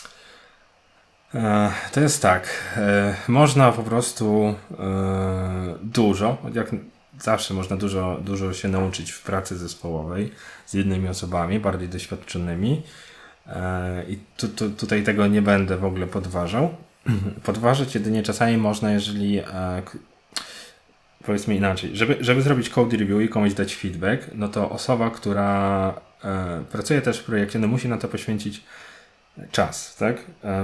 e, to jest tak, e, można po prostu e, dużo, jak zawsze można dużo, dużo się nauczyć w pracy zespołowej z innymi osobami, bardziej doświadczonymi. I tu, tu, tutaj tego nie będę w ogóle podważał. Podważyć jedynie czasami można, jeżeli powiedzmy inaczej, żeby, żeby zrobić code review i komuś dać feedback, no to osoba, która pracuje też w projekcie, no musi na to poświęcić czas, tak?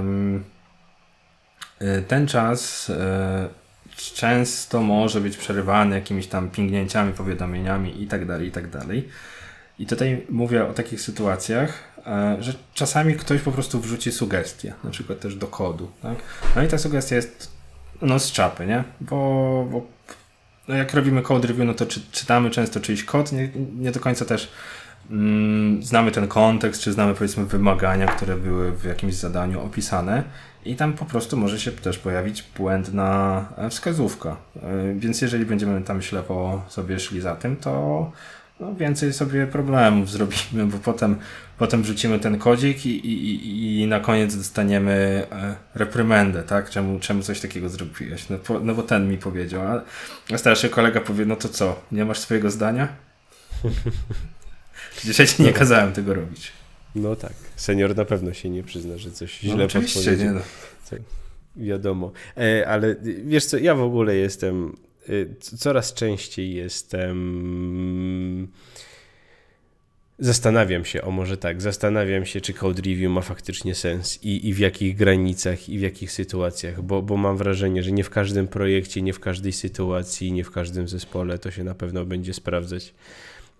Ten czas często może być przerywany jakimiś tam pingnięciami, powiadomieniami i tak dalej, i tak dalej. I tutaj mówię o takich sytuacjach, że czasami ktoś po prostu wrzuci sugestię, na przykład też do kodu, tak? No i ta sugestia jest no z czapy, nie? Bo, bo no jak robimy code review, no to czy, czytamy często czyjś kod, nie, nie do końca też mm, znamy ten kontekst, czy znamy powiedzmy wymagania, które były w jakimś zadaniu opisane i tam po prostu może się też pojawić błędna wskazówka. Więc jeżeli będziemy tam ślepo sobie szli za tym, to no więcej sobie problemów zrobimy, bo potem, potem wrzucimy ten kodzik i, i, i na koniec dostaniemy reprymendę, tak? Czemu, czemu coś takiego zrobiłeś? No, po, no bo ten mi powiedział, a, a starszy kolega powie, no to co, nie masz swojego zdania? Przecież ja ci nie no kazałem tego robić. No tak, senior na pewno się nie przyzna, że coś no źle podpowiedział. Nie no. Wiadomo, e, ale wiesz co, ja w ogóle jestem coraz częściej jestem zastanawiam się, o może tak, zastanawiam się, czy code review ma faktycznie sens i, i w jakich granicach i w jakich sytuacjach, bo, bo mam wrażenie, że nie w każdym projekcie, nie w każdej sytuacji, nie w każdym zespole to się na pewno będzie sprawdzać.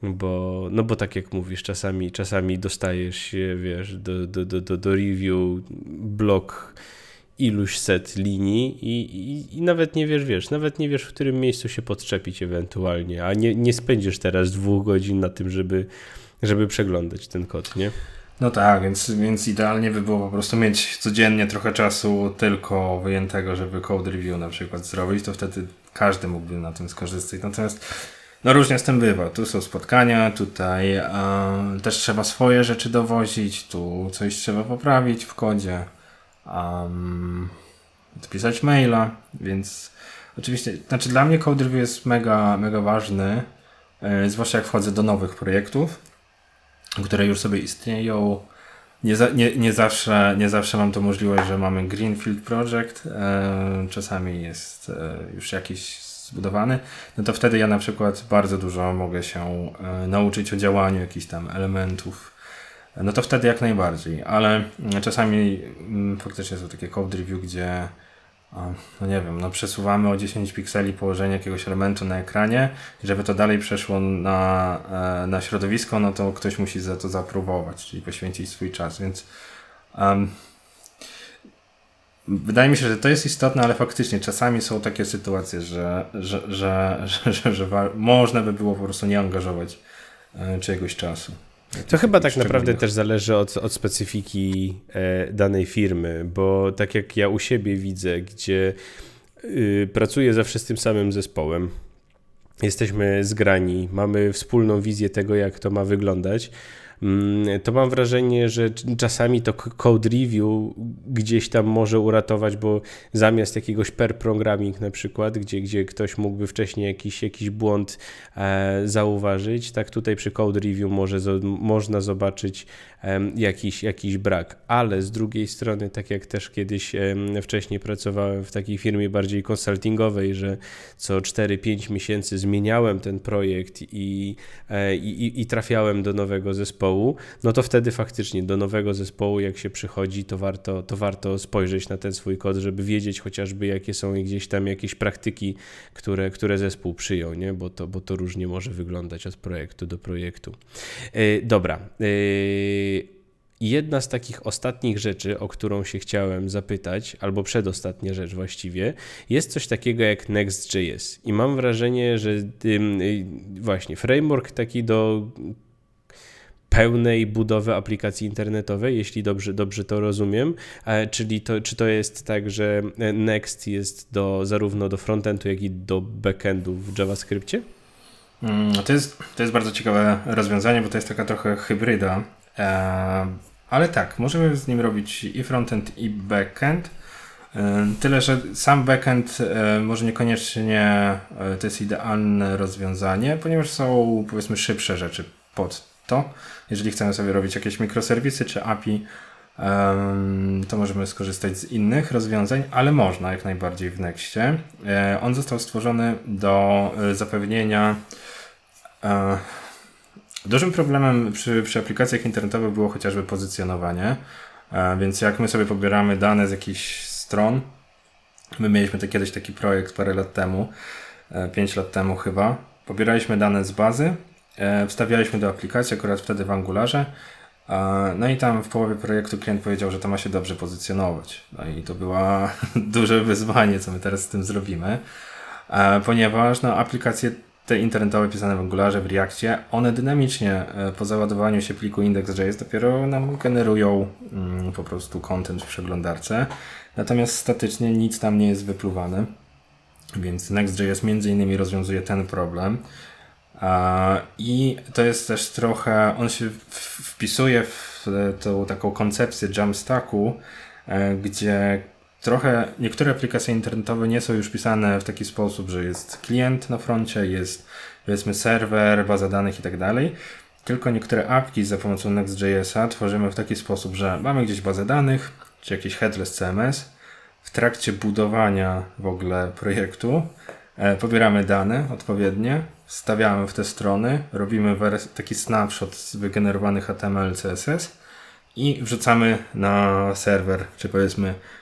Bo, no bo tak jak mówisz, czasami, czasami dostajesz się, wiesz, do, do, do, do, do review blok iluś set linii i, i, i nawet nie wiesz, wiesz, nawet nie wiesz, w którym miejscu się podczepić ewentualnie, a nie, nie spędzisz teraz dwóch godzin na tym, żeby, żeby przeglądać ten kod, nie? No tak, więc, więc idealnie by było po prostu mieć codziennie trochę czasu tylko wyjętego, żeby code review na przykład zrobić, to wtedy każdy mógłby na tym skorzystać. Natomiast no różnie z tym bywa. Tu są spotkania, tutaj e, też trzeba swoje rzeczy dowozić, tu coś trzeba poprawić w kodzie, um, odpisać maila, więc oczywiście, znaczy dla mnie code review jest mega, mega ważny, e, zwłaszcza jak wchodzę do nowych projektów, które już sobie istnieją. Nie, za, nie, nie, zawsze, nie zawsze mam to możliwość, że mamy Greenfield Project, e, czasami jest e, już jakiś zbudowany, no to wtedy ja na przykład bardzo dużo mogę się e, nauczyć o działaniu jakichś tam elementów, no to wtedy jak najbardziej, ale czasami m, faktycznie są takie code review, gdzie no nie wiem, no przesuwamy o dziesięć pikseli położenie jakiegoś elementu na ekranie i żeby to dalej przeszło na, na środowisko, no to ktoś musi za to zaaprobować, czyli poświęcić swój czas, więc um, wydaje mi się, że to jest istotne, ale faktycznie czasami są takie sytuacje, że, że, że, że, że, że wa- można by było po prostu nie angażować e, czegoś czasu. To chyba tak naprawdę też zależy od, od specyfiki e, danej firmy, bo tak jak ja u siebie widzę, gdzie y, pracuję zawsze z tym samym zespołem, jesteśmy zgrani, mamy wspólną wizję tego, jak to ma wyglądać, to mam wrażenie, że czasami to code review gdzieś tam może uratować, bo zamiast jakiegoś pair programming na przykład, gdzie, gdzie ktoś mógłby wcześniej jakiś, jakiś błąd e, zauważyć, tak tutaj przy code review może, można zobaczyć e, jakiś, jakiś brak, ale z drugiej strony, tak jak też kiedyś e, wcześniej pracowałem w takiej firmie bardziej konsultingowej, że co cztery pięć miesięcy zmieniałem ten projekt i, e, i, i trafiałem do nowego zespołu, no to wtedy faktycznie do nowego zespołu, jak się przychodzi, to warto, to warto spojrzeć na ten swój kod, żeby wiedzieć chociażby, jakie są gdzieś tam jakieś praktyki, które, które zespół przyjął, nie? Bo to, bo to różnie może wyglądać od projektu do projektu. Yy, dobra. Yy... Jedna z takich ostatnich rzeczy, o którą się chciałem zapytać, albo przedostatnia rzecz właściwie, jest coś takiego jak Next.js. I mam wrażenie, że yy, właśnie framework taki do pełnej budowy aplikacji internetowej, jeśli dobrze, dobrze to rozumiem, czyli to, czy to jest tak, że Next jest do, zarówno do frontendu, jak i do backendu w JavaScriptie? To jest, to jest bardzo ciekawe rozwiązanie, bo to jest taka trochę hybryda, ale tak, możemy z nim robić i frontend, i backend, tyle, że sam backend może niekoniecznie to jest idealne rozwiązanie, ponieważ są, powiedzmy, szybsze rzeczy pod to. Jeżeli chcemy sobie robić jakieś mikroserwisy czy A P I, um, to możemy skorzystać z innych rozwiązań, ale można jak najbardziej w Nextie. E, on został stworzony do e, zapewnienia e, dużym problemem przy, przy aplikacjach internetowych było chociażby pozycjonowanie, e, więc jak my sobie pobieramy dane z jakichś stron, my mieliśmy to kiedyś taki projekt parę lat temu, e, pięć lat temu chyba, pobieraliśmy dane z bazy, wstawialiśmy do aplikacji, akurat wtedy w Angularze, no i tam w połowie projektu klient powiedział, że to ma się dobrze pozycjonować. No i to było duże wyzwanie, co my teraz z tym zrobimy, ponieważ no, aplikacje te internetowe pisane w Angularze, w Reactie, one dynamicznie po załadowaniu się pliku index.js dopiero nam generują mm, po prostu content w przeglądarce, natomiast statycznie nic tam nie jest wypluwane, więc Next.js między innymi rozwiązuje ten problem. I to jest też trochę, on się wpisuje w tą taką koncepcję Jamstacku, gdzie trochę niektóre aplikacje internetowe nie są już pisane w taki sposób, że jest klient na froncie, jest powiedzmy serwer, baza danych i tak dalej, tylko niektóre apki za pomocą Next.jsa tworzymy w taki sposób, że mamy gdzieś bazę danych, czy jakiś headless C M S, w trakcie budowania w ogóle projektu pobieramy dane odpowiednie, wstawiamy w te strony, robimy taki snapshot z wygenerowanych H T M L, C S S i wrzucamy na serwer, czy powiedzmy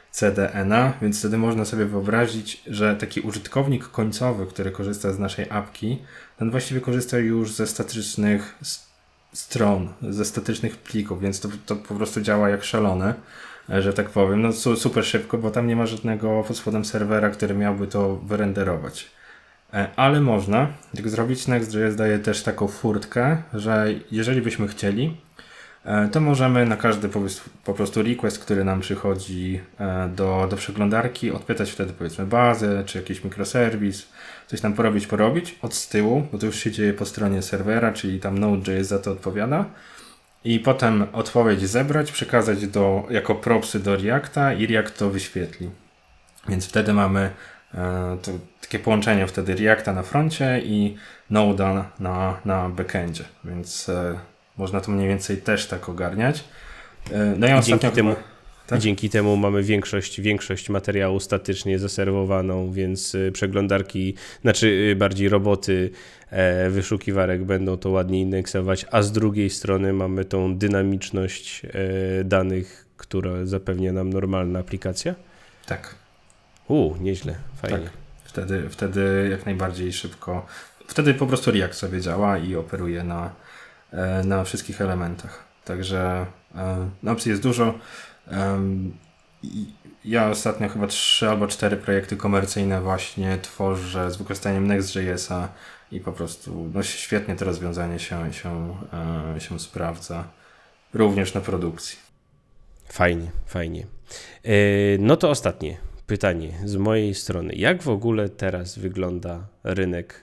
C D N A, więc wtedy można sobie wyobrazić, że taki użytkownik końcowy, który korzysta z naszej apki, ten właściwie korzysta już ze statycznych stron, ze statycznych plików, więc to, to po prostu działa jak szalone, że tak powiem. No super szybko, bo tam nie ma żadnego pod spodem serwera, który miałby to wyrenderować. Ale można, jak zrobić, Next.js daje też taką furtkę, że jeżeli byśmy chcieli, to możemy na każdy po prostu request, który nam przychodzi do, do przeglądarki, odpytać wtedy powiedzmy bazę, czy jakiś mikroserwis, coś tam porobić, porobić od z tyłu, bo to już się dzieje po stronie serwera, czyli tam Node.js za to odpowiada. I potem odpowiedź zebrać, przekazać do, jako propsy do Reacta i React to wyświetli. Więc wtedy mamy e, to, takie połączenie wtedy Reacta na froncie i Node'a na, na backendzie. Więc e, można to mniej więcej też tak ogarniać. E, no ja I dzięki temu, tak? I dzięki temu mamy większość, większość materiału statycznie zaserwowaną, więc przeglądarki, znaczy bardziej roboty e, wyszukiwarek będą to ładnie indeksować, a z drugiej strony mamy tą dynamiczność e, danych, która zapewnia nam normalna aplikacja? Tak. U, nieźle, fajnie. Tak. Wtedy, wtedy jak najbardziej szybko, wtedy po prostu React sobie działa i operuje na, na wszystkich elementach. Także no, opcji jest dużo. Um, ja ostatnio chyba trzy albo cztery projekty komercyjne właśnie tworzę z wykorzystaniem Next.jsa i po prostu no, świetnie to rozwiązanie się, się, e, się sprawdza również na produkcji. Fajnie, fajnie. E, no to ostatnie pytanie z mojej strony. Jak w ogóle teraz wygląda rynek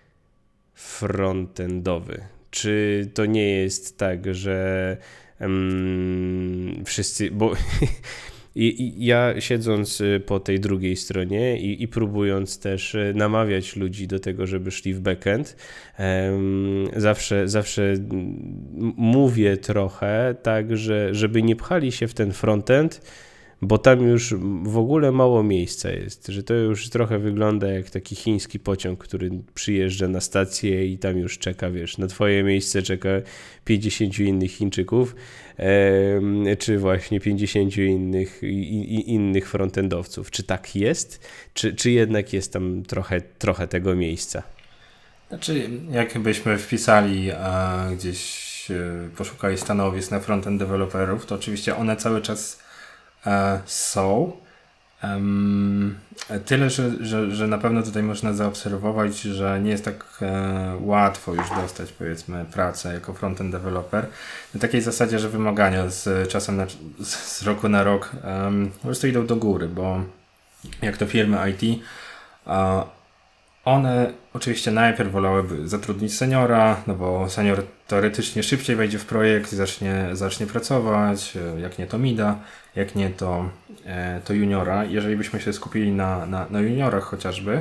frontendowy? Czy to nie jest tak, że um, wszyscy, bo i, i ja siedząc po tej drugiej stronie i, i próbując też namawiać ludzi do tego, żeby szli w backend, um, zawsze, zawsze mówię trochę tak, że żeby nie pchali się w ten frontend, bo tam już w ogóle mało miejsca jest, że to już trochę wygląda jak taki chiński pociąg, który przyjeżdża na stację i tam już czeka, wiesz, na twoje miejsce czeka pięćdziesięciu innych Chińczyków, e, czy właśnie pięćdziesięciu innych, i, i, innych frontendowców. Czy tak jest? Czy, czy jednak jest tam trochę, trochę tego miejsca? Znaczy, jakbyśmy wpisali a, gdzieś, e, poszukali stanowisk na frontend deweloperów, to oczywiście one cały czas są. Um, tyle, że, że, że na pewno tutaj można zaobserwować, że nie jest tak e, łatwo już dostać powiedzmy pracę jako frontend developer. Na takiej zasadzie, że wymagania z czasem na, z roku na rok um, po prostu idą do góry, bo jak to firmy I T, a one oczywiście najpierw wolałyby zatrudnić seniora, no bo senior teoretycznie szybciej wejdzie w projekt i zacznie, zacznie pracować, jak nie to mida, jak nie to, e, to juniora. Jeżeli byśmy się skupili na, na, na juniorach chociażby,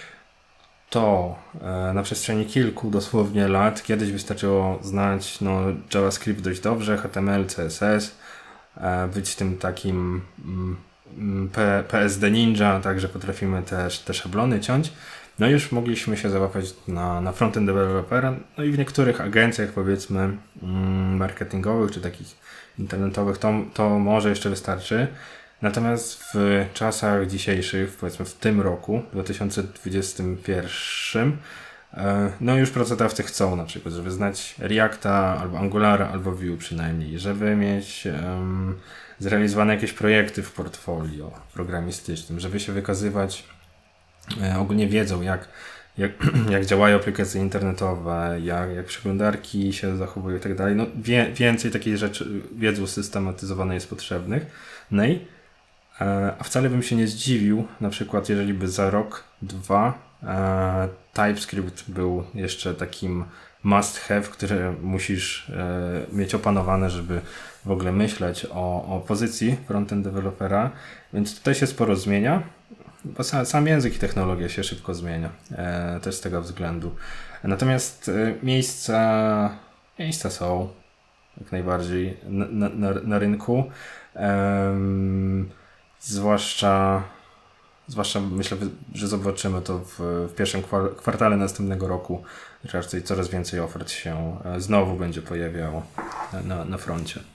to e, na przestrzeni kilku dosłownie lat kiedyś wystarczyło znać no, JavaScript dość dobrze, H T M L, C S S, e, być tym takim mm, P, P S D ninja, także potrafimy też te szablony ciąć. No już mogliśmy się załapać na, na frontend developera, no i w niektórych agencjach powiedzmy mm, marketingowych czy takich internetowych to, to może jeszcze wystarczy. Natomiast w czasach dzisiejszych, powiedzmy w tym roku, dwa tysiące dwudziestym pierwszym, no już pracodawcy chcą na przykład, żeby znać Reacta, albo Angulara, albo Vue przynajmniej, żeby mieć um, zrealizowane jakieś projekty w portfolio programistycznym, żeby się wykazywać e, ogólnie wiedzą, jak, jak, jak działają aplikacje internetowe, jak, jak przeglądarki się zachowują i tak dalej. No wie, więcej takiej rzeczy, wiedzy usystematyzowanej jest potrzebnych. Nej. A wcale bym się nie zdziwił, na przykład jeżeli by za rok, dwa e, TypeScript był jeszcze takim must have, który musisz e, mieć opanowane, żeby w ogóle myśleć o, o pozycji frontend dewelopera, więc tutaj się sporo zmienia, bo sam, sam język i technologia się szybko zmienia, e, też z tego względu. Natomiast e, miejsca, miejsca są jak najbardziej na, na, na rynku. Um, Zwłaszcza, zwłaszcza myślę, że zobaczymy to w, w pierwszym kwartale następnego roku, że raczej coraz więcej ofert się znowu będzie pojawiało na, na froncie.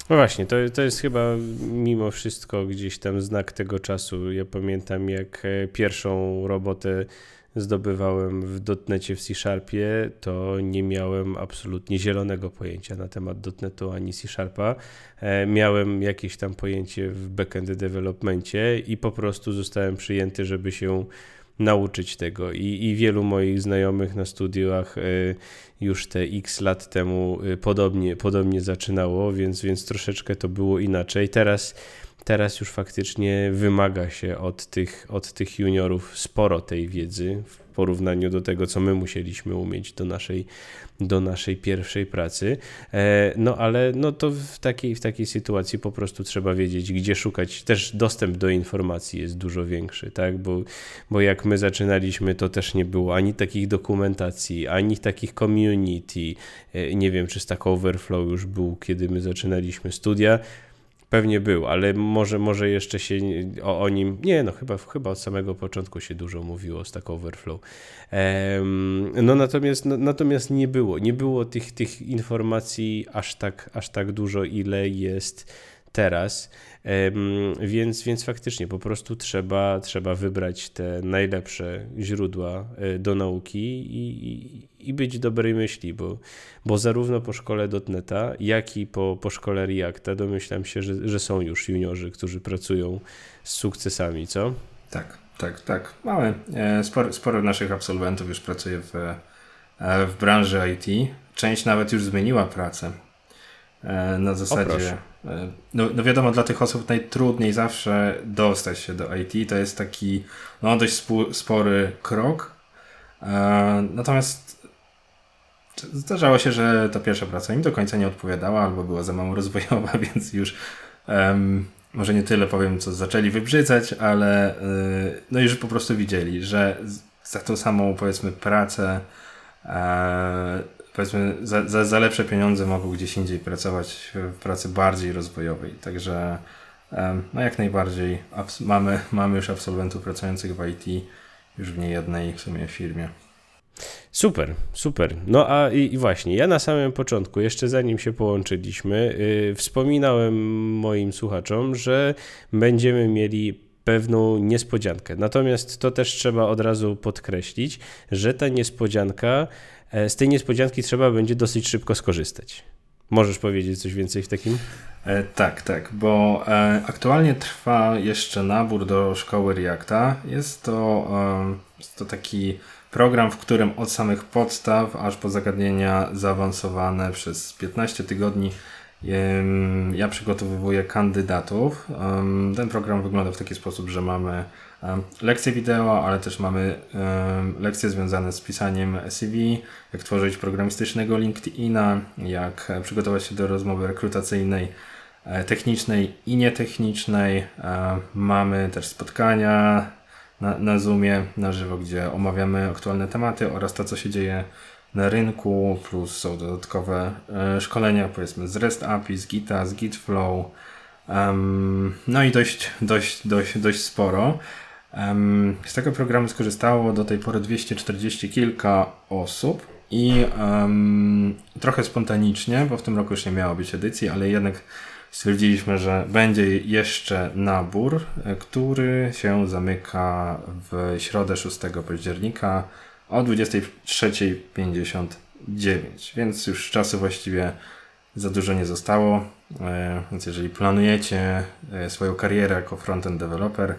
No właśnie, to, to jest chyba mimo wszystko gdzieś tam znak tego czasu. Ja pamiętam, jak pierwszą robotę zdobywałem w dotnecie w C-Sharpie, to nie miałem absolutnie zielonego pojęcia na temat dotnetu ani C-Sharpa. Miałem jakieś tam pojęcie w backend developmencie i po prostu zostałem przyjęty, żeby się nauczyć tego i, i wielu moich znajomych na studiach y, już te x lat temu y, podobnie, podobnie zaczynało, więc, więc troszeczkę to było inaczej. Teraz, teraz już faktycznie wymaga się od tych, od tych juniorów sporo tej wiedzy w porównaniu do tego, co my musieliśmy umieć do naszej, do naszej pierwszej pracy. E, no ale no to w takiej, w takiej sytuacji po prostu trzeba wiedzieć, gdzie szukać. Też dostęp do informacji jest dużo większy, tak? Bo, bo jak my zaczynaliśmy, to też nie było ani takich dokumentacji, ani takich community. E, nie wiem, czy Stack Overflow już był, kiedy my zaczynaliśmy studia. Pewnie był, ale może, może jeszcze się o, o nim, nie no, chyba, chyba od samego początku się dużo mówiło o Stack Overflow. Um, no natomiast, no, natomiast nie było, nie było tych, tych informacji aż tak, aż tak dużo, ile jest teraz, um, więc, więc faktycznie po prostu trzeba, trzeba wybrać te najlepsze źródła do nauki i, i, i być dobrej myśli, bo, bo zarówno po szkole dotneta, jak i po, po szkole Reacta domyślam się, że, że są już juniorzy, którzy pracują z sukcesami, co? Tak, tak, tak. Mamy. Sporo, sporo naszych absolwentów już pracuje w, w branży I T. Część nawet już zmieniła pracę. Na zasadzie, no, no wiadomo, dla tych osób najtrudniej zawsze dostać się do I T. To jest taki no, dość spu, spory krok. Natomiast zdarzało się, że ta pierwsza praca im do końca nie odpowiadała albo była za mało rozwojowa, więc już um, może nie tyle powiem, co zaczęli wybrzydzać, ale yy, no już po prostu widzieli, że za tą samą powiedzmy pracę e, powiedzmy za, za, za lepsze pieniądze mogą gdzieś indziej pracować w pracy bardziej rozwojowej. Także um, no jak najbardziej abs- mamy, mamy już absolwentów pracujących w I T już w niejednej w sumie firmie. Super, super. No a i, i właśnie, ja na samym początku, jeszcze zanim się połączyliśmy, yy, wspominałem moim słuchaczom, że będziemy mieli pewną niespodziankę. Natomiast to też trzeba od razu podkreślić, że ta niespodzianka, z tej niespodzianki trzeba będzie dosyć szybko skorzystać. Możesz powiedzieć coś więcej w takim? E, tak, tak, bo e, aktualnie trwa jeszcze nabór do szkoły Reacta. Jest to, e, jest to taki program, w którym od samych podstaw aż po zagadnienia zaawansowane przez piętnaście tygodni ja przygotowuję kandydatów. Ten program wygląda w taki sposób, że mamy lekcje wideo, ale też mamy lekcje związane z pisaniem C V, jak tworzyć programistycznego LinkedIna, jak przygotować się do rozmowy rekrutacyjnej, technicznej i nietechnicznej. Mamy też spotkania na, na Zoomie, na żywo, gdzie omawiamy aktualne tematy oraz to, co się dzieje na rynku, plus są dodatkowe e, szkolenia, powiedzmy z REST A P I, z Gita, z Gitflow, um, no i dość, dość, dość, dość sporo. Um, z tego programu skorzystało do tej pory dwieście czterdzieści kilka osób i um, trochę spontanicznie, bo w tym roku już nie miało być edycji, ale jednak stwierdziliśmy, że będzie jeszcze nabór, który się zamyka w środę szóstego października o dwudziesta trzecia pięćdziesiąt dziewięć, więc już czasu właściwie za dużo nie zostało, więc jeżeli planujecie swoją karierę jako frontend developer,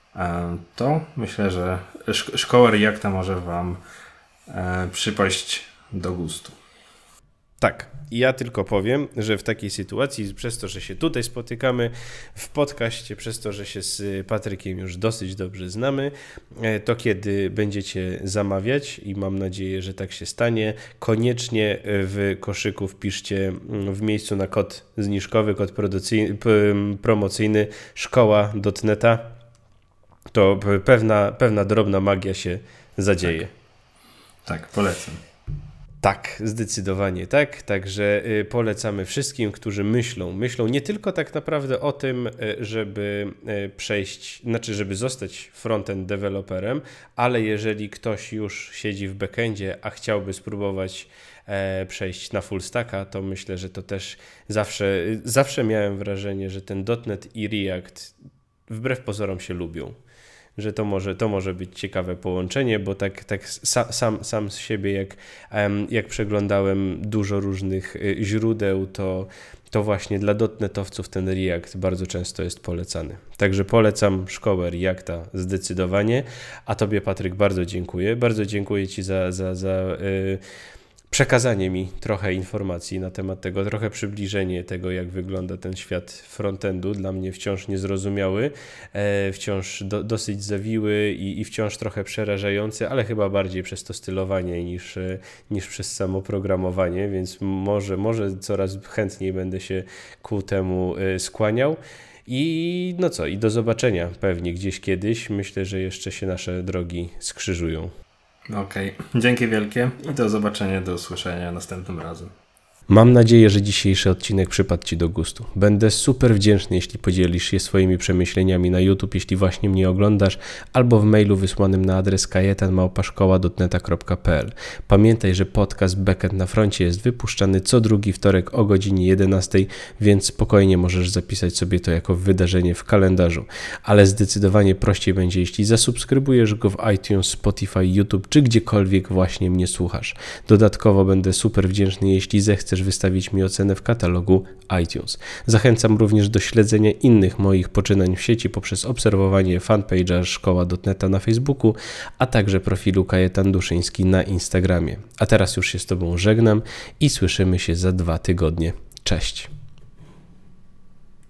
to myślę, że szko- szkoła Reacta może Wam przypaść do gustu. Tak, ja tylko powiem, że w takiej sytuacji, przez to, że się tutaj spotykamy w podcaście, przez to, że się z Patrykiem już dosyć dobrze znamy, to kiedy będziecie zamawiać i mam nadzieję, że tak się stanie, koniecznie w koszyku wpiszcie w miejscu na kod zniżkowy, kod promocyjny szkoła kropka neta. To pewna, pewna drobna magia się zadzieje. Tak, tak, polecam. Tak, zdecydowanie tak. Także y, polecamy wszystkim, którzy myślą, myślą nie tylko tak naprawdę o tym, y, żeby y, przejść, znaczy żeby zostać front-end deweloperem, ale jeżeli ktoś już siedzi w backendzie, a chciałby spróbować e, przejść na full stacka, to myślę, że to też zawsze, zawsze miałem wrażenie, że ten .dot net i React wbrew pozorom się lubią. Że to może, to może być ciekawe połączenie, bo tak, tak sa, sam, sam z siebie, jak, jak przeglądałem dużo różnych źródeł, to, to właśnie dla dotnetowców ten React bardzo często jest polecany. Także polecam szkołę Reacta zdecydowanie, a Tobie, Patryk, bardzo dziękuję. Bardzo dziękuję Ci za, za, za yy, przekazanie mi trochę informacji na temat tego, trochę przybliżenie tego, jak wygląda ten świat frontendu, dla mnie wciąż niezrozumiały, e, wciąż do, dosyć zawiły i, i wciąż trochę przerażający, ale chyba bardziej przez to stylowanie niż, niż przez samo programowanie, więc może, może coraz chętniej będę się ku temu e, skłaniał. I no co, i do zobaczenia pewnie gdzieś kiedyś. Myślę, że jeszcze się nasze drogi skrzyżują. Okej, okay. Dzięki wielkie i do zobaczenia, do usłyszenia następnym razem. Mam nadzieję, że dzisiejszy odcinek przypadł Ci do gustu. Będę super wdzięczny, jeśli podzielisz się swoimi przemyśleniami na YouTube, jeśli właśnie mnie oglądasz, albo w mailu wysłanym na adres kajetan małpa szkoła kropka dotneta kropka p l. Pamiętaj, że podcast Backend na froncie jest wypuszczany co drugi wtorek o godzinie jedenastej, więc spokojnie możesz zapisać sobie to jako wydarzenie w kalendarzu. Ale zdecydowanie prościej będzie, jeśli zasubskrybujesz go w iTunes, Spotify, YouTube, czy gdziekolwiek właśnie mnie słuchasz. Dodatkowo będę super wdzięczny, jeśli zechcesz wystawić mi ocenę w katalogu iTunes. Zachęcam również do śledzenia innych moich poczynań w sieci poprzez obserwowanie fanpage'a Szkoła Dotneta na Facebooku, a także profilu Kajetan Duszyński na Instagramie. A teraz już się z Tobą żegnam i słyszymy się za dwa tygodnie. Cześć!